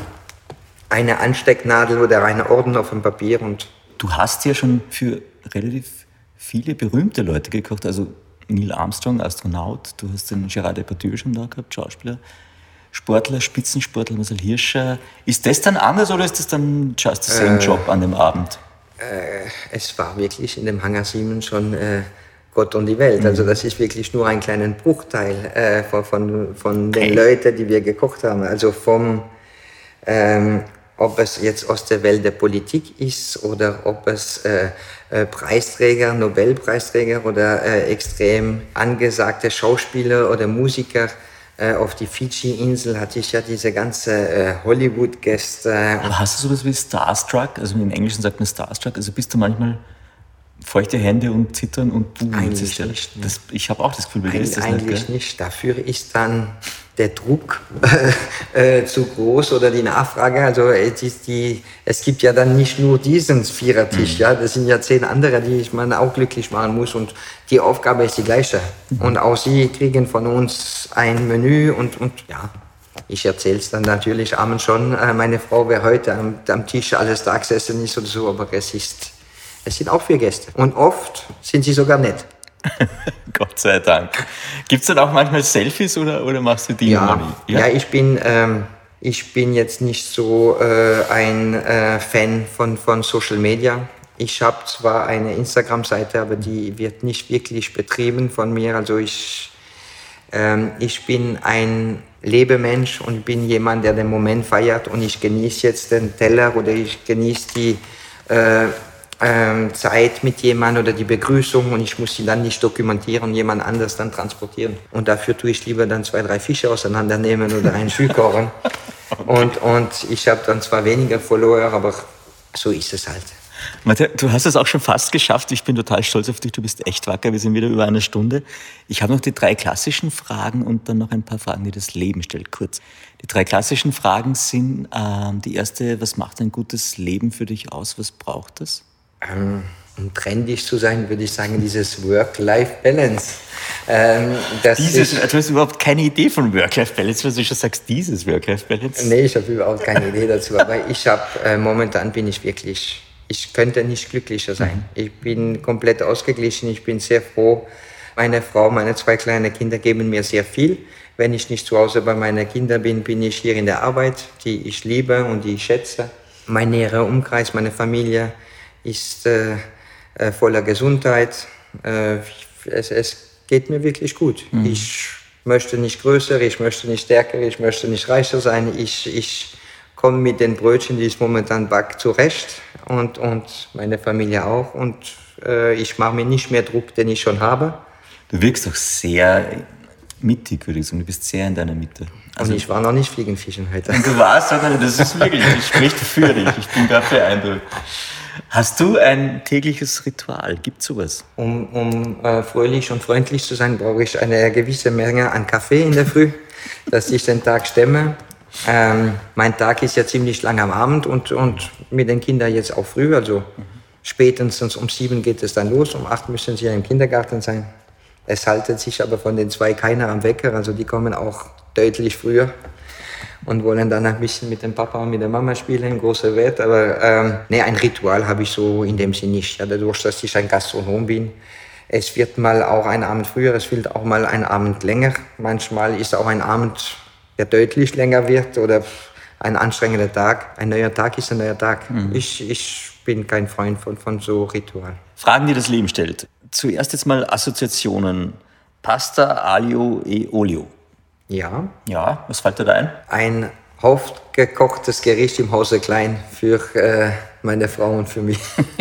eine Anstecknadel oder eine Orden auf dem Papier. Und du hast ja schon für relativ viele berühmte Leute gekocht. Also Neil Armstrong, Astronaut. Du hast den Gérard Depardieu schon da gehabt, Schauspieler. Sportler, Spitzensportler, Marcel Hirscher. Ist das dann anders oder ist das dann just the same äh, job an dem Abend? Äh, es war wirklich in dem Hangar sieben schon... Äh, Gott und die Welt. Also das ist wirklich nur ein kleiner Bruchteil äh, von, von, von den Leuten, die wir gekocht haben. Also vom, ähm, ob es jetzt aus der Welt der Politik ist oder ob es äh, äh, Preisträger, Nobelpreisträger oder äh, extrem angesagte Schauspieler oder Musiker. Äh, auf die Fidschi-Insel hatte ich ja diese ganze äh, Hollywood-Gäste. Aber hast du sowas wie Starstruck? Also im Englischen sagt man Starstruck. Also bist du manchmal feuchte Hände und zittern und du eigentlich ja. nicht. Das, ich habe auch das Gefühl, bei dir ist das eigentlich nicht, nicht. Dafür ist dann der Druck äh, zu groß oder die Nachfrage. Also es, ist die, es gibt ja dann nicht nur diesen Vierertisch, mhm. ja, das sind ja zehn andere, die ich man auch glücklich machen muss und die Aufgabe ist die gleiche. Mhm. Und auch sie kriegen von uns ein Menü und, und ja, ich erzähle es dann natürlich abends schon. Äh, meine Frau wäre heute am, am Tisch alles Tagsessen ist oder so, aber es ist, es sind auch vier Gäste und oft sind sie sogar nett. Gott sei Dank. Gibt es dann auch manchmal Selfies oder, oder machst du die ja, immer nie? Ja, ja, ich bin, ähm, ich bin jetzt nicht so äh, ein äh, Fan von, von Social Media. Ich habe zwar eine Instagram-Seite, aber die wird nicht wirklich betrieben von mir. Also ich, ähm, ich bin ein Lebemensch und bin jemand, der den Moment feiert und ich genieße jetzt den Teller oder ich genieße die äh, Ähm, Zeit mit jemandem oder die Begrüßung und ich muss sie dann nicht dokumentieren und jemand anderes dann transportieren. Und dafür tue ich lieber dann zwei, drei Fische auseinandernehmen oder einen Schuh kochen. Okay. Und, und ich habe dann zwar weniger Follower, aber so ist es halt. Matthias, du hast es auch schon fast geschafft. Ich bin total stolz auf dich. Du bist echt wacker. Wir sind wieder über eine Stunde. Ich habe noch die drei klassischen Fragen und dann noch ein paar Fragen, die das Leben stellt, kurz. Die drei klassischen Fragen sind, äh, die erste, was macht ein gutes Leben für dich aus? Was braucht es? Ähm, um trendig zu sein, würde ich sagen, dieses Work-Life-Balance. Ähm, das dieses, ist, du hast überhaupt keine Idee von Work-Life-Balance, was du schon sagst, dieses Work-Life-Balance? Nee, ich habe überhaupt keine Idee dazu, aber ich habe, äh, momentan bin ich wirklich, ich könnte nicht glücklicher sein. Mhm. Ich bin komplett ausgeglichen, ich bin sehr froh. Meine Frau, meine zwei kleinen Kinder geben mir sehr viel. Wenn ich nicht zu Hause bei meinen Kindern bin, bin ich hier in der Arbeit, die ich liebe und die ich schätze. Mein näherer Umkreis, meine Familie, ist äh, äh, voller Gesundheit. Äh, es, es geht mir wirklich gut. Mhm. Ich möchte nicht größer, ich möchte nicht stärker, ich möchte nicht reicher sein. Ich, ich komme mit den Brötchen, die ich momentan backe, zurecht und, und meine Familie auch. Und äh, ich mache mir nicht mehr Druck, den ich schon habe. Du wirkst doch sehr mittig, würde ich sagen. Du bist sehr in deiner Mitte. Also und ich war noch nicht Fliegenfischen heute. Du warst, sondern das ist wirklich, das spricht für dich. Ich bin gerade beeindruckt. Hast du ein tägliches Ritual? Gibt es sowas? Um, um äh, fröhlich und freundlich zu sein, brauche ich eine gewisse Menge an Kaffee in der Früh, dass ich den Tag stemme. Ähm, mein Tag ist ja ziemlich lang am Abend und, und mit den Kindern jetzt auch früh. Also spätestens um sieben geht es dann los, um acht müssen sie ja im Kindergarten sein. Es haltet sich aber von den zwei keiner am Wecker, also die kommen auch deutlich früher. Und wollen dann ein bisschen mit dem Papa und mit der Mama spielen, große Welt. Aber ähm, nee, ein Ritual habe ich so in dem Sinne nicht. Ja, dadurch, dass ich ein Gastronom bin, es wird mal auch ein Abend früher, es wird auch mal ein Abend länger. Manchmal ist auch ein Abend, der deutlich länger wird oder ein anstrengender Tag. Ein neuer Tag ist ein neuer Tag. Mhm. Ich, ich bin kein Freund von, von so Ritual. Fragen, die das Leben stellt. Zuerst jetzt mal Assoziationen. Pasta, Aglio e Olio. Ja. Ja, was fällt dir da ein? Ein aufgekochtes Gericht im Hause Klein für äh, meine Frau und für mich.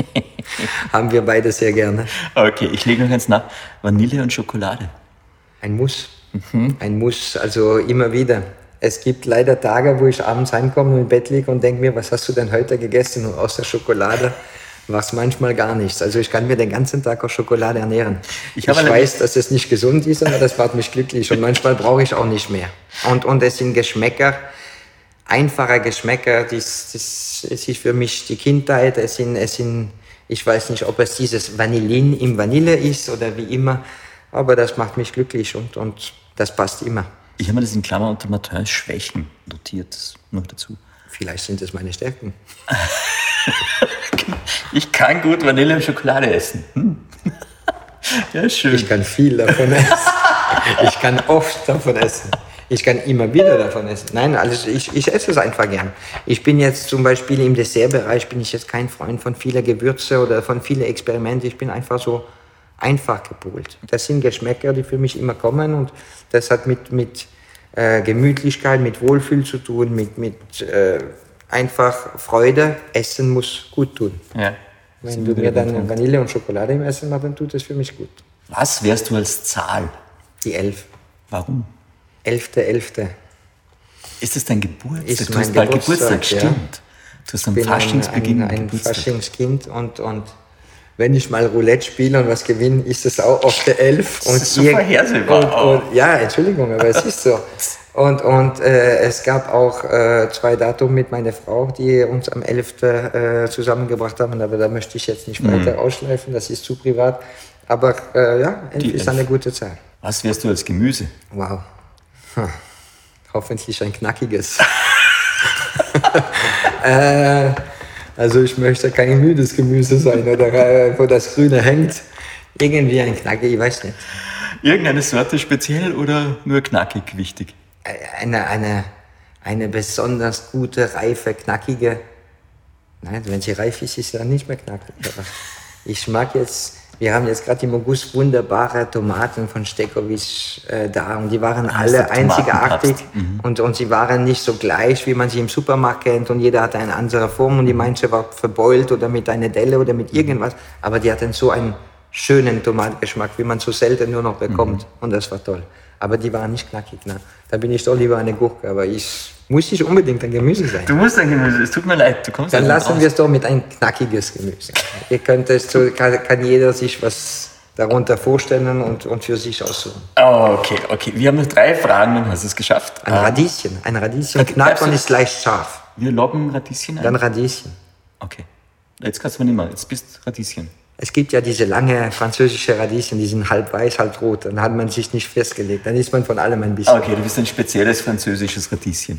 Haben wir beide sehr gerne. Okay, ich lege noch eins nach. Vanille und Schokolade. Ein Muss. Mhm. Ein Muss, also immer wieder. Es gibt leider Tage, wo ich abends heimkomme und im Bett liege und denke mir, was hast du denn heute gegessen? Und außer Schokolade war es manchmal gar nichts. Also ich kann mir den ganzen Tag auf Schokolade ernähren. Ich, ich weiß, dass es nicht gesund ist, aber das macht mich glücklich. Und manchmal brauche ich auch nicht mehr. Und, und es sind Geschmäcker, einfache Geschmäcker. Das, das, es ist für mich die Kindheit. Es sind, es sind, ich weiß nicht, ob es dieses Vanillin im Vanille ist oder wie immer. Aber das macht mich glücklich und, und das passt immer. Ich habe mir das in Klammer unter Martins Schwächen notiert. Das noch dazu. Vielleicht sind es meine Stärken. Ich kann gut Vanille und Schokolade essen. Hm. Ja, schön. Ich kann viel davon essen. Ich kann oft davon essen. Ich kann immer wieder davon essen. Nein, also ich, ich esse es einfach gern. Ich bin jetzt zum Beispiel im Dessertbereich, bin ich jetzt kein Freund von vielen Gewürze oder von vielen Experimenten. Ich bin einfach so einfach gepolt. Das sind Geschmäcker, die für mich immer kommen und das hat mit, mit äh, Gemütlichkeit, mit Wohlfühl zu tun, mit, mit äh, einfach Freude. Essen muss gut tun. Ja. Wenn du mir dann Vanille und Schokolade im Essen machst, dann tut das für mich gut. Was wärst du als Zahl? Die elf. Warum? Elfte, elfte. Ist es dein Geburtstag? Ist du mein hast bald Geburtstag, Geburtstag, ja. stimmt. Du hast am Ich bin Faschingsbeginn ein, ein, ein Geburtstag. Faschingskind und, und wenn ich mal Roulette spiele und was gewinne, ist es auch auf der elf. Das und ist so ihr- vorhersehbar und, auch. und, ja, Entschuldigung, aber es ist so. Und, und äh, es gab auch äh, zwei Datum mit meiner Frau, die uns am elften Äh, zusammengebracht haben, aber da möchte ich jetzt nicht Mhm. weiter ausschleifen, das ist zu privat. Aber äh, ja, elf Die ist elf. eine gute Zahl. Was wärst du als Gemüse? Wow. Hm. Hoffentlich ein knackiges. äh, also ich möchte kein müdes Gemüse sein oder äh, wo das Grüne hängt. Irgendwie ein knackig, ich weiß nicht. Irgendeine Sorte speziell oder nur knackig wichtig? Eine, eine, eine besonders gute, reife, knackige. Nein, wenn sie reif ist, ist sie dann nicht mehr knackig. Aber ich mag jetzt, wir haben jetzt gerade im August wunderbare Tomaten von Stekowitz äh, da und die waren Ah, alle ist der einzigartig Tomatenpapst. Mhm. und, und sie waren nicht so gleich, wie man sie im Supermarkt kennt und jeder hatte eine andere Form und die manche war verbeult oder mit einer Delle oder mit irgendwas, aber die hatten so einen schönen Tomatengeschmack, wie man so selten nur noch bekommt Mhm. und das war toll. Aber die waren nicht knackig, ne? Da bin ich doch lieber eine Gurke, aber ich muss nicht unbedingt ein Gemüse sein. Du musst ein Gemüse, es tut mir leid, du kommst Dann nicht lassen raus. wir es doch mit ein knackiges Gemüse. Ihr könnt es so, kann, kann jeder sich was darunter vorstellen und, und für sich aussuchen. Oh, okay, okay. Wir haben noch drei Fragen, dann hast du es geschafft. Ein Ähm, Radieschen, ein Radieschen Okay, knackt und absolut. ist leicht scharf. Wir loggen Radieschen ein. Dann Radieschen. Okay. Jetzt kannst du mir nicht mehr, jetzt bist Radieschen. Es gibt ja diese lange französische Radieschen, die sind halb weiß, halb rot. Dann hat man sich nicht festgelegt. Dann ist man von allem ein bisschen. Okay, du bist ein spezielles französisches Radieschen.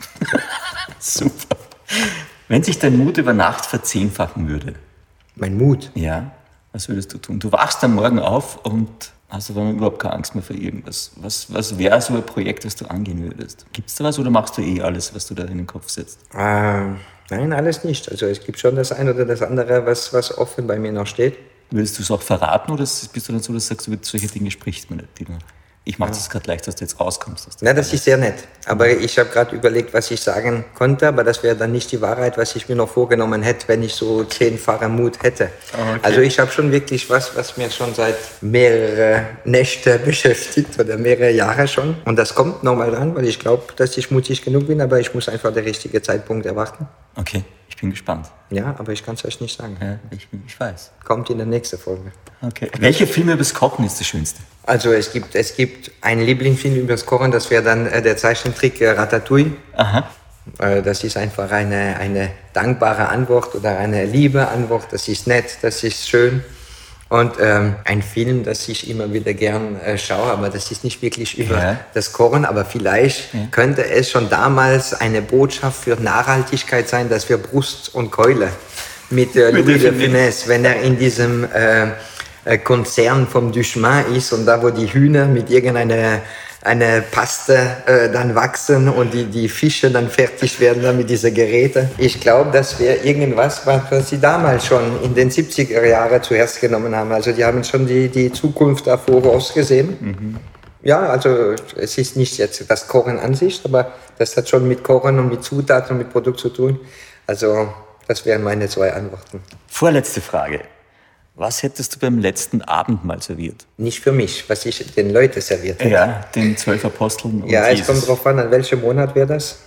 Super. Wenn sich dein Mut über Nacht verzehnfachen würde, Mein Mut. ja, was würdest du tun? Du wachst am Morgen auf und hast aber überhaupt keine Angst mehr vor irgendwas. Was, was wäre so ein Projekt, das du angehen würdest? Gibt es da was oder machst du eh alles, was du da in den Kopf setzt? Ähm, nein, alles nicht. Also es gibt schon das eine oder das andere, was, was offen bei mir noch steht. Würdest du es auch verraten oder bist du dann so, dass du sagst, über solche Dinge spricht man nicht? Die man, ich mache das gerade leicht, dass du jetzt rauskommst. Aus der Na, das ist sehr nett. Aber ich habe gerade überlegt, was ich sagen konnte, aber das wäre dann nicht die Wahrheit, was ich mir noch vorgenommen hätte, wenn ich so zehnfachen Mut hätte. Okay. Also ich habe schon wirklich was, was mir schon seit mehrere Nächte beschäftigt oder mehrere Jahre schon. Und das kommt nochmal dran, weil ich glaube, dass ich mutig genug bin, aber ich muss einfach den richtigen Zeitpunkt erwarten. Okay, ich bin gespannt. Ja, aber ich kann es euch nicht sagen. Ja, ich, ich weiß. Kommt in der nächsten Folge. Okay. Welcher Film über das Kochen ist der schönste? Also es gibt, es gibt einen Lieblingsfilm über das Kochen, das wäre dann äh, der Zeichentrick äh, Ratatouille. Aha. Äh, das ist einfach eine, eine dankbare Antwort oder eine liebe Antwort. Das ist nett, das ist schön. Und ähm, ein Film, das ich immer wieder gern äh, schaue, aber das ist nicht wirklich über Ja. das Kochen, aber vielleicht Ja. könnte es schon damals eine Botschaft für Nachhaltigkeit sein, dass wir Brust und Keule mit äh, Mit Louis der de Funès, wenn er in diesem äh, äh, Konzern vom Duchemin ist und da, wo die Hühner mit irgendeiner eine Paste äh, dann wachsen und die, die Fische dann fertig werden dann mit diesen Geräten. Ich glaube, das wäre irgendwas, was sie damals schon in den siebziger Jahren zuerst genommen haben. Also die haben schon die, die Zukunft da vorausgesehen. Mhm. Ja, also es ist nicht jetzt das Kochen an sich, aber das hat schon mit Kochen und mit Zutaten und mit Produkt zu tun. Also das wären meine zwei Antworten. Vorletzte Frage. Was hättest du beim letzten Abendmahl serviert? Nicht für mich, was ich den Leuten serviert hätte. Ja, den zwölf Aposteln und Ja, es Jesus. kommt drauf an, an welchem Monat wäre das?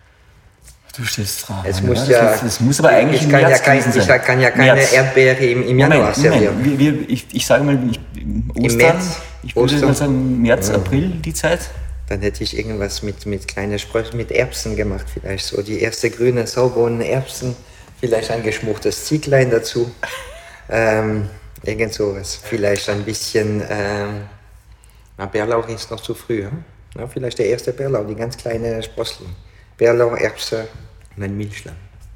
Du stellst Fragen. Es muss das ja, muss, das muss aber eigentlich ich im kann, ja März kein, gewesen ich sein. kann ja keine März. Erdbeere im, im Januar Moment, servieren. Moment. Wir, wir, ich, ich sage mal, ich, Ostern, März? ich würde Ostern? mal sagen März, Ja. April, die Zeit. Dann hätte ich irgendwas mit, mit kleinen Sprössen, mit Erbsen gemacht vielleicht. So die erste grüne saubohnen Erbsen, vielleicht ein geschmortes Zieglein dazu. Ähm, irgend sowas. Vielleicht ein bisschen, ähm, na, Bärlauch ist noch zu früh. Hm? Na, vielleicht der erste Bärlauch, die ganz kleine Sprossen. Bärlauch, Erbse und ein Milchschlamm.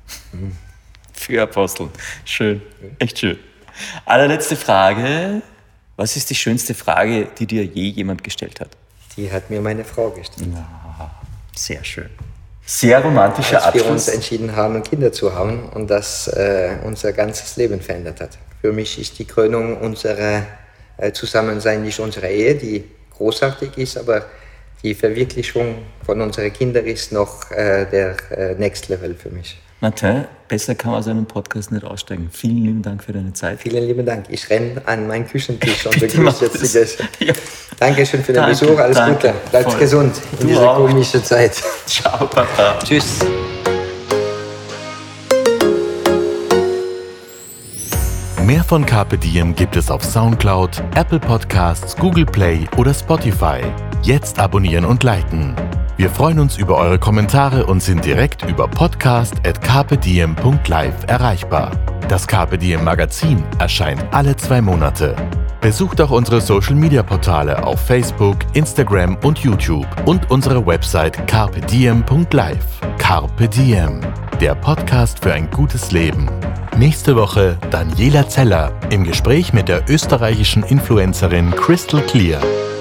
Für Aposteln. Schön, echt schön. Allerletzte Frage. Was ist die schönste Frage, die dir je jemand gestellt hat? Die hat mir meine Frau gestellt. Sehr schön. Sehr romantischer Als wir uns Abschluss. entschieden haben, Kinder zu haben und das äh, unser ganzes Leben verändert hat. Für mich ist die Krönung unserer äh, Zusammensein nicht unsere Ehe, die großartig ist, aber die Verwirklichung von unseren Kindern ist noch äh, der äh, Next Level für mich. Martin, besser kann man aus einem Podcast nicht aussteigen. Vielen lieben Dank für deine Zeit. Vielen lieben Dank. Ich renne an meinen Küchentisch und begrüße jetzt die Gäste. Ja. Dankeschön für den Danke, Besuch. Alles danke. Gute. Bleibt Voll. gesund in Du dieser auch. komischen Zeit. Ciao, Papa. Tschüss. Mehr von Carpe Diem gibt es auf Soundcloud, Apple Podcasts, Google Play oder Spotify. Jetzt abonnieren und liken. Wir freuen uns über eure Kommentare und sind direkt über podcast at carpediem punkt live erreichbar. Das Carpe Diem Magazin erscheint alle zwei Monate. Besucht auch unsere Social-Media-Portale auf Facebook, Instagram und YouTube und unsere Website carpediem punkt live. Carpe Diem, der Podcast für ein gutes Leben. Nächste Woche Daniela Zeller im Gespräch mit der österreichischen Influencerin Crystal Clear.